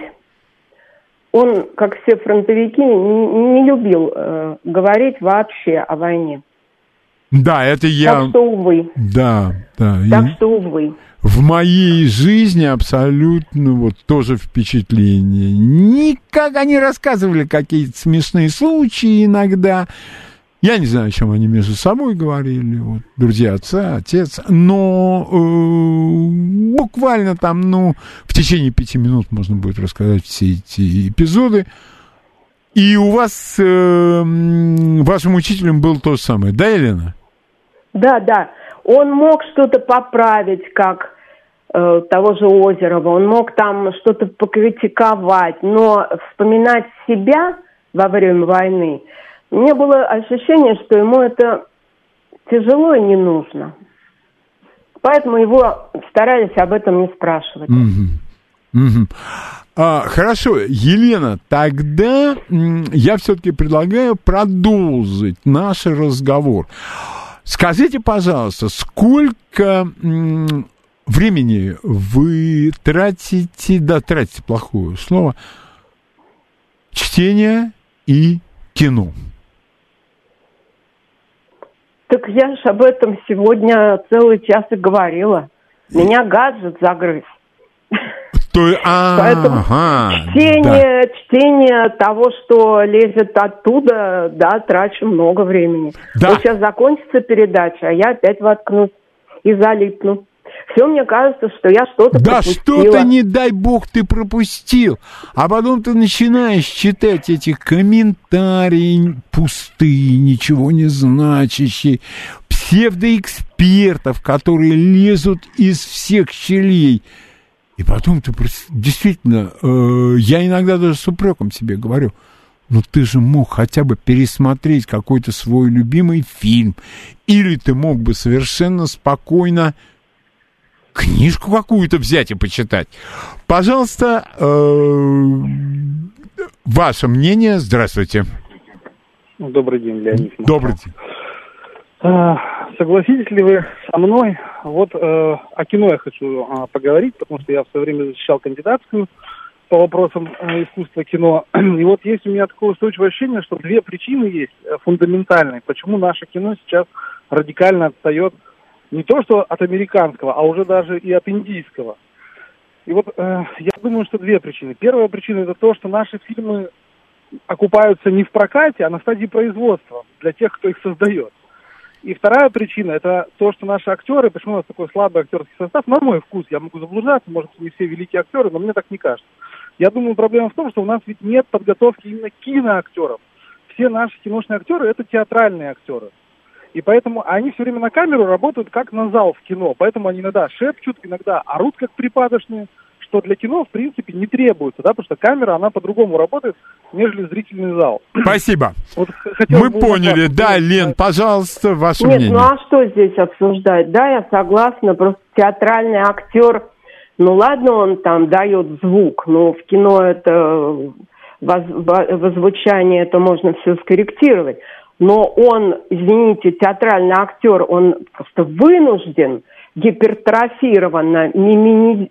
Он, как все фронтовики, не, не любил э, говорить вообще о войне. Да, это я... Так что, увы. Да, да. Так И что, увы. в моей жизни абсолютно вот тоже впечатление. Никак они рассказывали какие-то смешные случаи иногда. Я не знаю, о чем они между собой говорили, вот, друзья отца, отец, но э, буквально там, ну, в течение пяти минут можно будет рассказать все эти эпизоды. И у вас, э, вашим учителем был то же самое, да, Елена? Да, да. Он мог что-то поправить, как э, того же Озерова, он мог там что-то покритиковать, но вспоминать себя во время войны, у меня было ощущение, что ему это тяжело и не нужно. Поэтому его старались об этом не спрашивать. Mm-hmm. Mm-hmm. А, хорошо, Елена, тогда м, я все-таки предлагаю продолжить наш разговор. Скажите, пожалуйста, сколько м, времени вы тратите, да, тратите плохое слово, чтение и кино? Так я ж об этом сегодня целый час и говорила. Меня гаджет загрыз. То, а, Поэтому ага, чтение, да. чтение того, что лезет оттуда, да, трачу много времени. Да. Вот сейчас закончится передача, а я опять воткнусь и залипну. Все, мне кажется, что я что-то да пропустила. что-то, не дай бог, ты пропустил. А потом ты начинаешь читать эти комментарии пустые, ничего не значащие, псевдоэкспертов, которые лезут из всех щелей. И потом ты действительно, э, я иногда даже с упреком себе говорю, ну ты же мог хотя бы пересмотреть какой-то свой любимый фильм, или ты мог бы совершенно спокойно книжку какую-то взять и почитать. Пожалуйста, э, ваше мнение. Здравствуйте. Добрый день, Леонид. Добрый день. А, согласитесь ли вы со мной? Вот э, о кино я хочу а, поговорить, потому что я в свое время защищал кандидатскую по вопросам э, искусства кино. И вот есть у меня такое устойчивое ощущение, что две причины есть э, фундаментальные, почему наше кино сейчас радикально отстает не то что от американского, а уже даже и от индийского. И вот э, я думаю, что две причины. Первая причина – это то, что наши фильмы окупаются не в прокате, а на стадии производства для тех, кто их создает. И вторая причина – это то, что наши актеры, почему у нас такой слабый актерский состав, на мой вкус, я могу заблуждаться, может, не все великие актеры, но мне так не кажется. Я думаю, проблема в том, что у нас ведь нет подготовки именно киноактеров. Все наши киношные актеры – это театральные актеры. И поэтому они все время на камеру работают как на зал в кино. Поэтому они иногда шепчут, иногда орут как припадочные, что для кино, в принципе, не требуется, да, потому что камера, она по-другому работает, нежели зрительный зал. Спасибо. Вот, мы поняли. Вас, да, Лен, пожалуйста, ваше Нет, мнение. ну а что здесь обсуждать? Да, я согласна, просто театральный актер, ну ладно, он там дает звук, но в кино это возвучание, это можно все скорректировать. Но он, извините, театральный актер, он просто вынужден гипертрофированно мимини...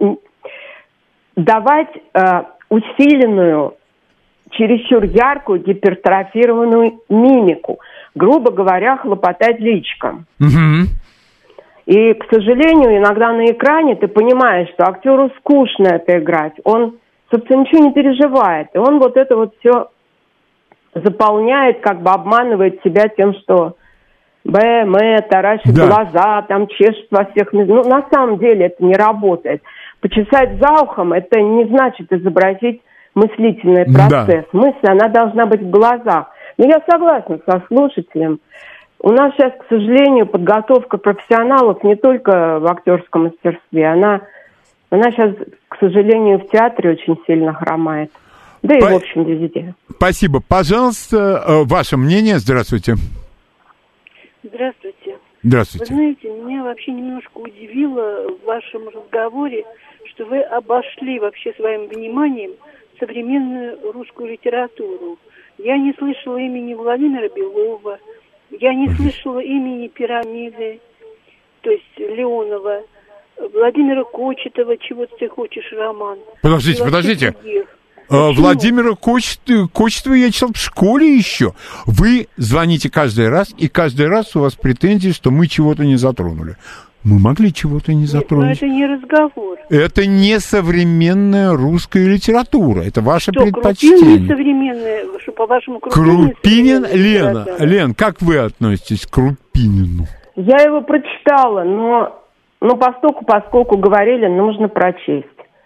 давать э, усиленную, чересчур яркую гипертрофированную мимику. Грубо говоря, хлопотать личиком. Угу. И, к сожалению, иногда на экране ты понимаешь, что актеру скучно это играть. Он, собственно, ничего не переживает. И он вот это вот все заполняет, как бы обманывает себя тем, что Б, М, таращит да. глаза, там чешет во всех местах. Ну, на самом деле это не работает. Почесать за ухом, это не значит изобразить мыслительный процесс. Да. Мысль, она должна быть в глазах. Но я согласна со слушателем. У нас сейчас, к сожалению, подготовка профессионалов не только в актерском мастерстве. Она, она сейчас, к сожалению, в театре очень сильно хромает. Да и, По... в общем, везде. Спасибо. Пожалуйста, ваше мнение. Здравствуйте. Здравствуйте. Здравствуйте. Вы знаете, меня вообще немножко удивило в вашем разговоре, что вы обошли вообще своим вниманием современную русскую литературу. Я не слышала имени Владимира Белова, я не слышала имени Пирамиды, то есть Леонова, Владимира Кочетова, «Чего ты хочешь» роман. Подождите, подождите. Почему? Владимира Кочетова, Кочетова я читал в школе еще. Вы звоните каждый раз, и каждый раз у вас претензии, что мы чего-то не затронули. Мы могли чего-то не затронуть. Нет, но это не разговор. Это не современная русская литература. Это ваше что, предпочтение. Крупинин современная, что, по-вашему, Крупинин? Крупинин, Лена, Лен, как вы относитесь к Крупинину? Я его прочитала, но, но поскольку, поскольку говорили, нужно прочесть.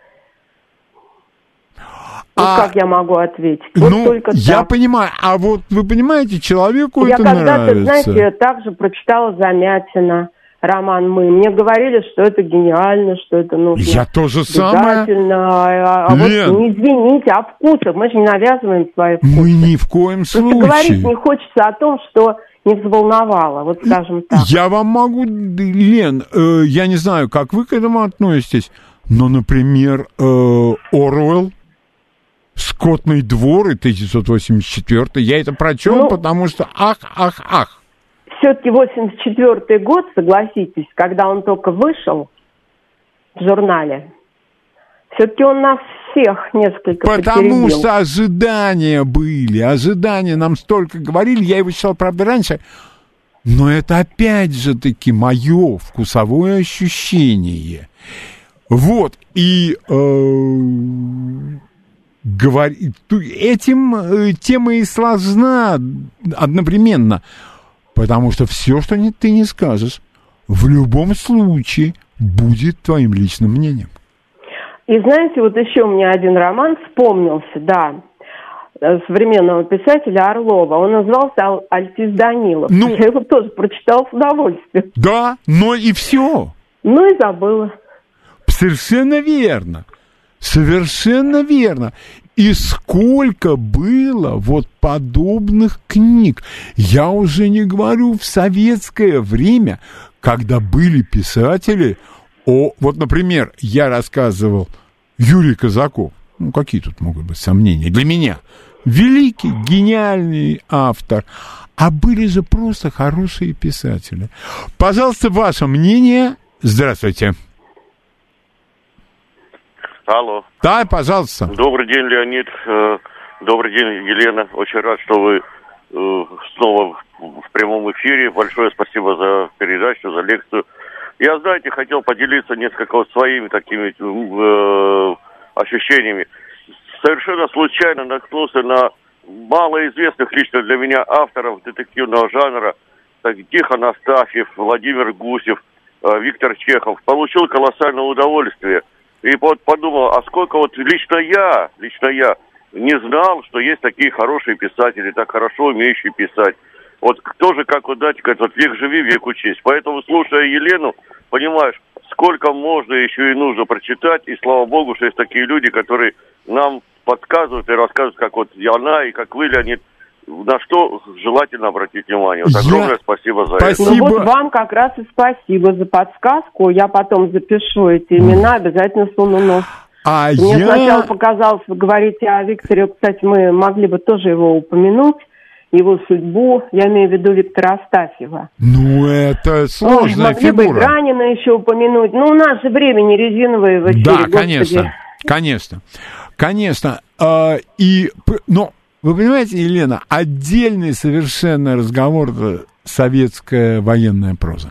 Вот а, как я могу ответить? Вот ну, только я так. понимаю. А вот вы понимаете, человеку я это нравится. Я когда-то, знаете, также прочитала Замятина, роман «Мы». Мне говорили, что это гениально, что это нужно. Я тоже самое. А, а Лен. вот, не извините, о вкусах. Мы же не навязываем свои вкусы. Мы ни в коем Просто случае. говорить не хочется о том, что не взволновало, вот скажем так. Я вам могу, Лен, э, я не знаю, как вы к этому относитесь, но, например, э, Оруэлл, «Скотный двор» и тысяча девятьсот восемьдесят четвёртый, я это прочел, Ну, потому что ах, ах, ах. Все-таки восемьдесят четвёртый год, согласитесь, когда он только вышел в журнале, все-таки он нас всех несколько Потому потеребил. что ожидания были, ожидания нам столько говорили, я его читал, правда, раньше, но это опять же таки мое вкусовое ощущение. Вот, и э, говори, этим э, тема и сложна одновременно, потому что все, что не, ты не скажешь, в любом случае будет твоим личным мнением. И знаете, вот еще у меня один роман вспомнился, да, современного писателя Орлова. Он назывался Ал- «Альтис Данилов». Ну, я его тоже прочитала с удовольствием. Да, но и все. Ну и забыла. Совершенно верно. Совершенно верно. И сколько было вот подобных книг. Я уже не говорю в советское время, когда были писатели. О, вот, например, я рассказывал Юрий Казаков. Ну, какие тут могут быть сомнения? Для меня великий, гениальный автор. А были же просто хорошие писатели. Пожалуйста, ваше мнение. Здравствуйте. Алло. Да, пожалуйста. Добрый день, Леонид. Добрый день, Елена. Очень рад, что вы снова в прямом эфире. Большое спасибо за передачу, за лекцию. Я, знаете, хотел поделиться несколько вот своими такими э, ощущениями. Совершенно случайно наткнулся на малоизвестных лично для меня авторов детективного жанра. Так, Тихон Астафьев, Владимир Гусев, э, Виктор Чехов. Получил колоссальное удовольствие. И вот подумал, а сколько вот лично я, лично я не знал, что есть такие хорошие писатели, так хорошо умеющие писать. Вот тоже, как вот, знаете, говорят, вот век живи, век учись. Поэтому, слушая Елену, понимаешь, сколько можно еще и нужно прочитать. И слава богу, что есть такие люди, которые нам подсказывают и рассказывают, как вот она и как вы, Леонид, на что желательно обратить внимание. Вот огромное я... спасибо за спасибо. это. Ну вот вам как раз и спасибо за подсказку. Я потом запишу эти имена, обязательно суну нос. А Мне я... сначала показалось, вы говорите о Викторе, кстати, мы могли бы тоже его упомянуть, его судьбу, я имею в виду Виктора Астафьева. Ну, это сложная Ой, могли фигура. бы и Гранина еще упомянуть. Ну, у нас же время не резиновое в эфире, Да, господи. конечно, конечно, конечно. А, и, но, вы понимаете, Елена, отдельный совершенно разговор — советская военная проза.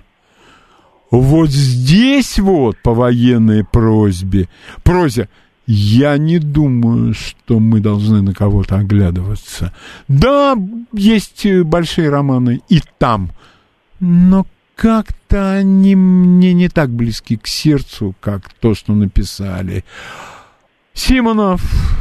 Вот здесь вот по военной просьбе, прозе, я не думаю, что мы должны на кого-то оглядываться. Да, есть большие романы и там, но как-то они мне не так близки к сердцу, как то, что написали Симонов,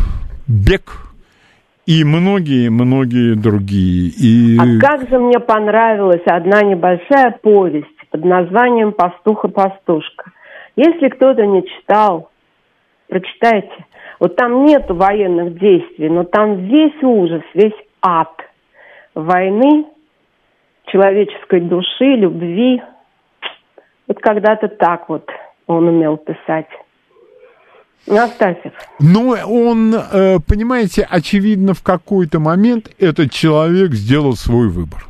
Бек и многие-многие другие. И... А как же мне понравилась одна небольшая повесть под названием «Пастух и пастушка». Если кто-то не читал, прочитайте. Вот там нету военных действий, но там весь ужас, весь ад войны, человеческой души, любви. Вот когда-то так вот он умел писать. Астафьев. Ну, он, понимаете, очевидно, в какой-то момент этот человек сделал свой выбор.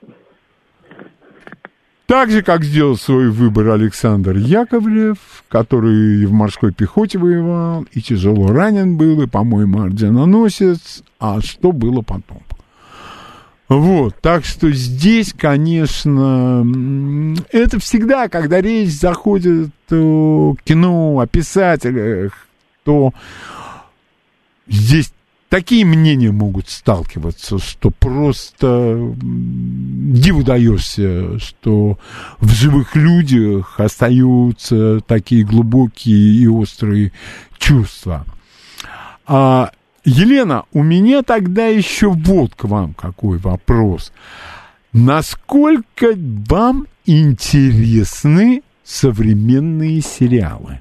Так же, как сделал свой выбор Александр Яковлев, который и в морской пехоте воевал, и тяжело ранен был, и, по-моему, орденоносец. А что было потом? Вот, так что здесь, конечно, это всегда, когда речь заходит о кино, о писателях, то здесь такие мнения могут сталкиваться, что просто диву даешься, что в живых людях остаются такие глубокие и острые чувства. А, Елена, у меня тогда еще вот к вам какой вопрос. насколько вам интересны современные сериалы?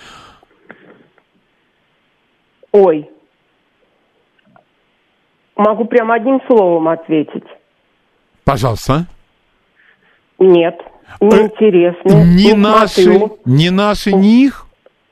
Ой. Могу прям одним словом ответить. Пожалуйста. Нет, неинтересно. Не не наши, смотрю. не наши, не их?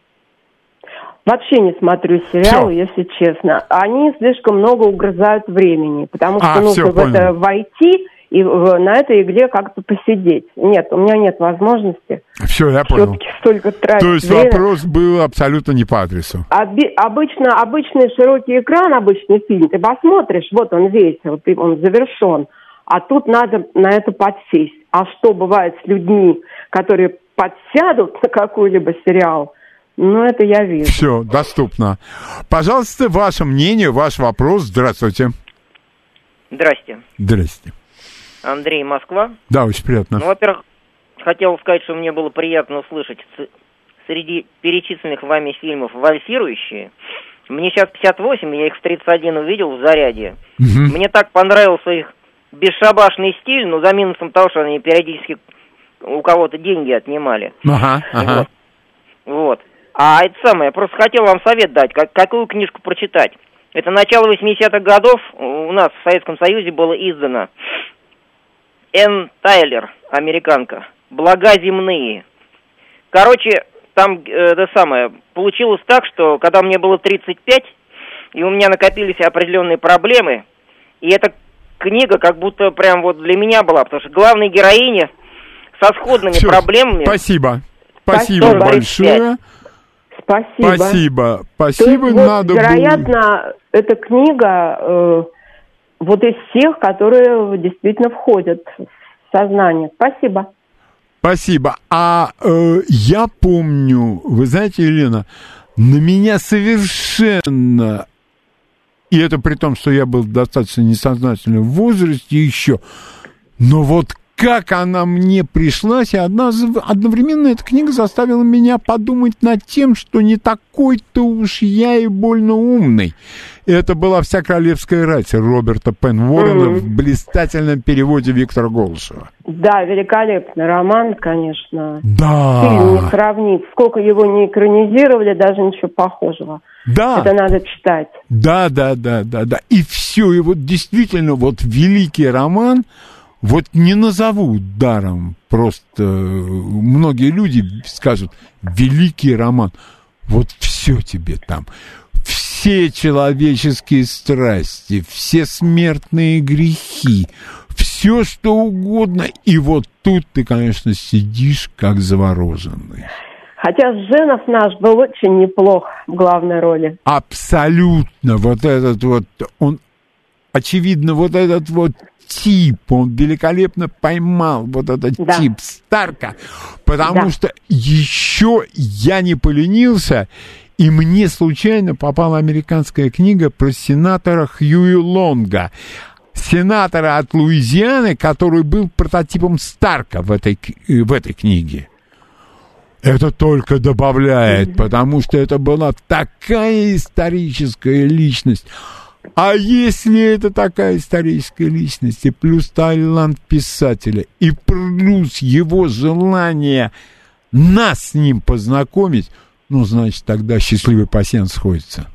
Вообще не смотрю сериалы, Всё. если честно. Они слишком много угрызают времени, потому что А, нужно всё, в это понял. войти и в- на этой игле как-то посидеть. Нет, у меня нет возможности Все, я понял. все-таки столько тратить То есть время. вопрос был абсолютно не по адресу. Оби- обычно, обычный широкий экран, обычный фильм, ты посмотришь, вот он весел, ты, он завершен. А тут надо на это подсесть. А что бывает с людьми, которые подсядут на какой-либо сериал, ну, это я вижу. Все, доступно. Пожалуйста, ваше мнение, ваш вопрос. Здравствуйте. Здрасте. Здрасте. Андрей, Москва. Да, очень приятно. Ну, во-первых, хотел сказать, что мне было приятно услышать с- среди перечисленных вами фильмов «Вальсирующие». Мне сейчас пятьдесят восемь, я их в тридцать один увидел в «Заряде». Мгм. Мне так понравился их бесшабашный стиль, но за минусом того, что они периодически у кого-то деньги отнимали. Ага, ага. Вот. Вот. А это самое, я просто хотел вам совет дать, как, какую книжку прочитать. Это начало восьмидесятых годов, у нас в Советском Союзе было издано. Энн Тайлер, американка, «Блага земные». Короче, там э, это самое, получилось так, что когда мне было тридцать пять, и у меня накопились определенные проблемы, и эта книга как будто прям вот для меня была, потому что главной героиня со сходными Всё, проблемами... Спасибо. Спасибо Спасибо. большое. Спасибо. Спасибо. То Спасибо. есть, вот, Надо было... вероятно, эта книга э, вот из тех, которые действительно входят в сознание. Спасибо. Спасибо. А э, я помню, вы знаете, Елена, на меня совершенно, и это при том, что я был достаточно несознательным в возрасте еще, но вот как она мне пришлась, и одна, одновременно эта книга заставила меня подумать над тем, что не такой-то уж я и больно умный. Это была «Вся королевская рать» Роберта Пенворена Mm-hmm. в блистательном переводе Виктора Голышева. Да, великолепный роман, конечно. Да. Фильм не сравнить. Сколько его не экранизировали, даже ничего похожего. Да. Это надо читать. Да, да, да, да, да. И все, и вот действительно, вот великий роман, вот не назовут даром, просто многие люди скажут великий роман. Вот все тебе там. Все человеческие страсти, все смертные грехи, все что угодно. И вот тут ты, конечно, сидишь как завороженный. Хотя Жданов наш был очень неплох в главной роли. Абсолютно. Вот этот вот, он, очевидно, вот этот вот тип, он великолепно поймал вот этот Да. тип Старка, потому Да. что еще я не поленился, и мне случайно попала американская книга про сенатора Хьюи Лонга, сенатора от Луизианы, который был прототипом Старка в этой, в этой книге. Это только добавляет, потому что это была такая историческая личность. А если это такая историческая личность, и плюс талант писателя, и плюс его желание нас с ним познакомить, ну, значит, тогда счастливый пассианс сходится.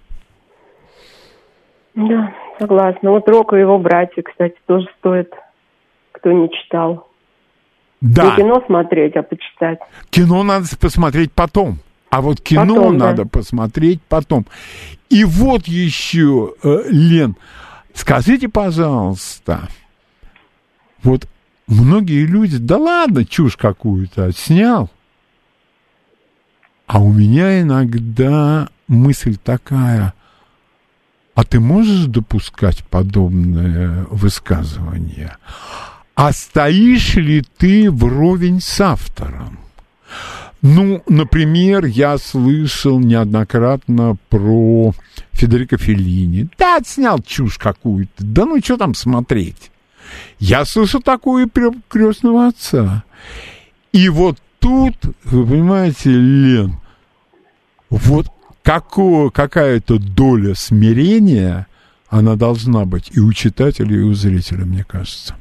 Да, согласна. Вот Рок и его братья, кстати, тоже стоит, кто не читал. Да. Не кино смотреть, а почитать. Кино надо посмотреть потом. А вот кино Потом, да. надо посмотреть потом. И вот еще, э, Лен, скажите, пожалуйста, вот многие люди, да ладно, чушь какую-то отснял, а у меня иногда мысль такая, а ты можешь допускать подобное высказывание? А стоишь ли ты вровень с автором? Ну, например, я слышал неоднократно про Федерико Феллини. Да, отснял чушь какую-то. Да ну, что там смотреть? Я слышал такое и про «Крестного отца». И вот тут, вы понимаете, Лен, вот какого, какая-то доля смирения, она должна быть и у читателя, и у зрителя, мне кажется.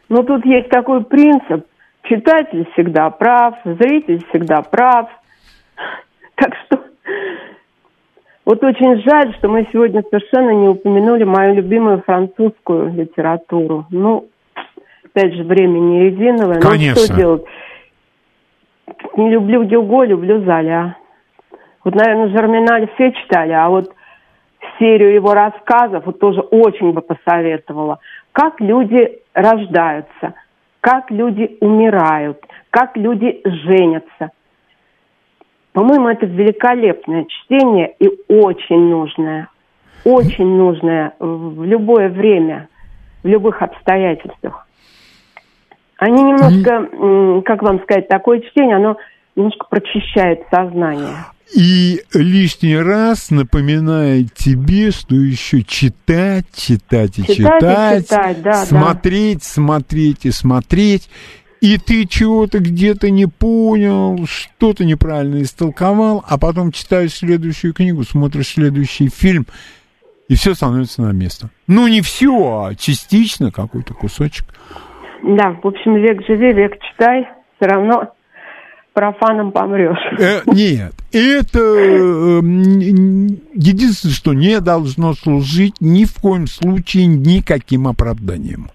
Ну, тут есть такой принцип. Читатель всегда прав, зритель всегда прав. Так что вот очень жаль, что мы сегодня совершенно не упомянули мою любимую французскую литературу. Ну, опять же, время не резиновое. Конечно. Ну, что делать? Не люблю Гюго, люблю Золя. Вот, наверное, Жерминаль все читали, а вот серию его рассказов вот тоже очень бы посоветовала. Как люди рождаются, как люди умирают, как люди женятся. По-моему, это великолепное чтение и очень нужное. Очень нужное в любое время, в любых обстоятельствах. Они немножко, как вам сказать, такое чтение, оно немножко прочищает сознание. И лишний раз напоминает тебе, что еще читать, читать и читать, читать, и читать да, смотреть, да. смотреть и смотреть. И ты чего-то где-то не понял, что-то неправильно истолковал, а потом читаешь следующую книгу, смотришь следующий фильм, и все становится на место. Ну, не все, а частично какой-то кусочек. Да, в общем, век живи, век читай, все равно профаном помрешь. Э, нет, это э, единственное, что не должно служить ни в коем случае никаким оправданием.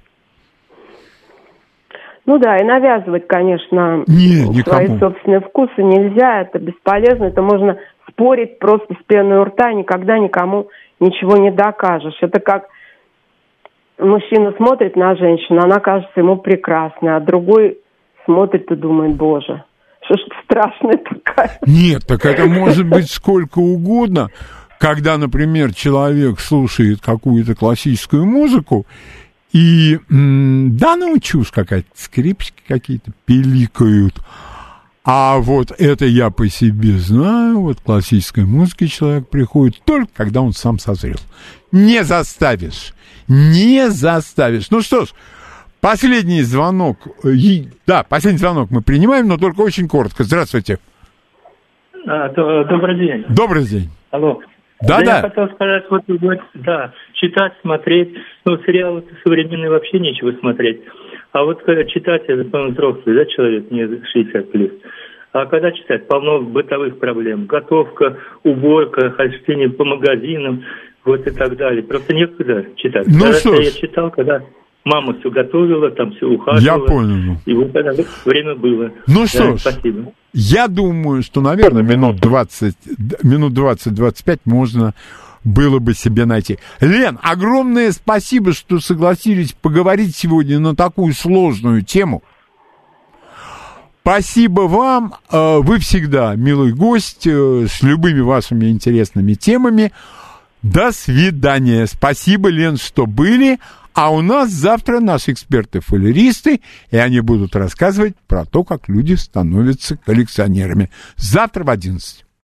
Ну да, и навязывать, конечно, не, свои собственные вкусы нельзя, это бесполезно, это можно спорить просто с пеной у рта, никогда никому ничего не докажешь. Это как мужчина смотрит на женщину, она кажется ему прекрасной, а другой смотрит и думает, боже, что ж ты страшная такая. Нет, так это может быть сколько угодно, когда, например, человек слушает какую-то классическую музыку, и, да, ну, чушь какая-то, скрипочки какие-то пиликают. А вот это я по себе знаю, вот классической музыке человек приходит только когда он сам созрел. Не заставишь, не заставишь. Ну что ж, последний звонок, да, последний звонок мы принимаем, но только очень коротко. Здравствуйте. А, то, добрый день. Добрый день. Алло. Да, да. Я хотел сказать, вот, вот, да, читать, смотреть, ну, сериалы современные вообще нечего смотреть. А вот когда читать, это, по-моему, взрослый, да, человек, мне шестьдесят плюс. А когда читать, полно бытовых проблем. Готовка, уборка, хождение по магазинам, вот и так далее. Просто некогда читать. Ну, когда что ж. я читал, когда мама все готовила, там все ухаживала. Я понял. И вот тогда время было. Ну да, что ж. Спасибо. Я думаю, что, наверное, минут двадцать, минут двадцать-двадцать пять можно было бы себе найти. Лен, огромное спасибо, что согласились поговорить сегодня на такую сложную тему. Спасибо вам. Вы всегда милый гость с любыми вашими интересными темами. До свидания. Спасибо, Лен, что были. А у нас завтра наши эксперты-фоллеристы, и они будут рассказывать про то, как люди становятся коллекционерами. Завтра в одиннадцать.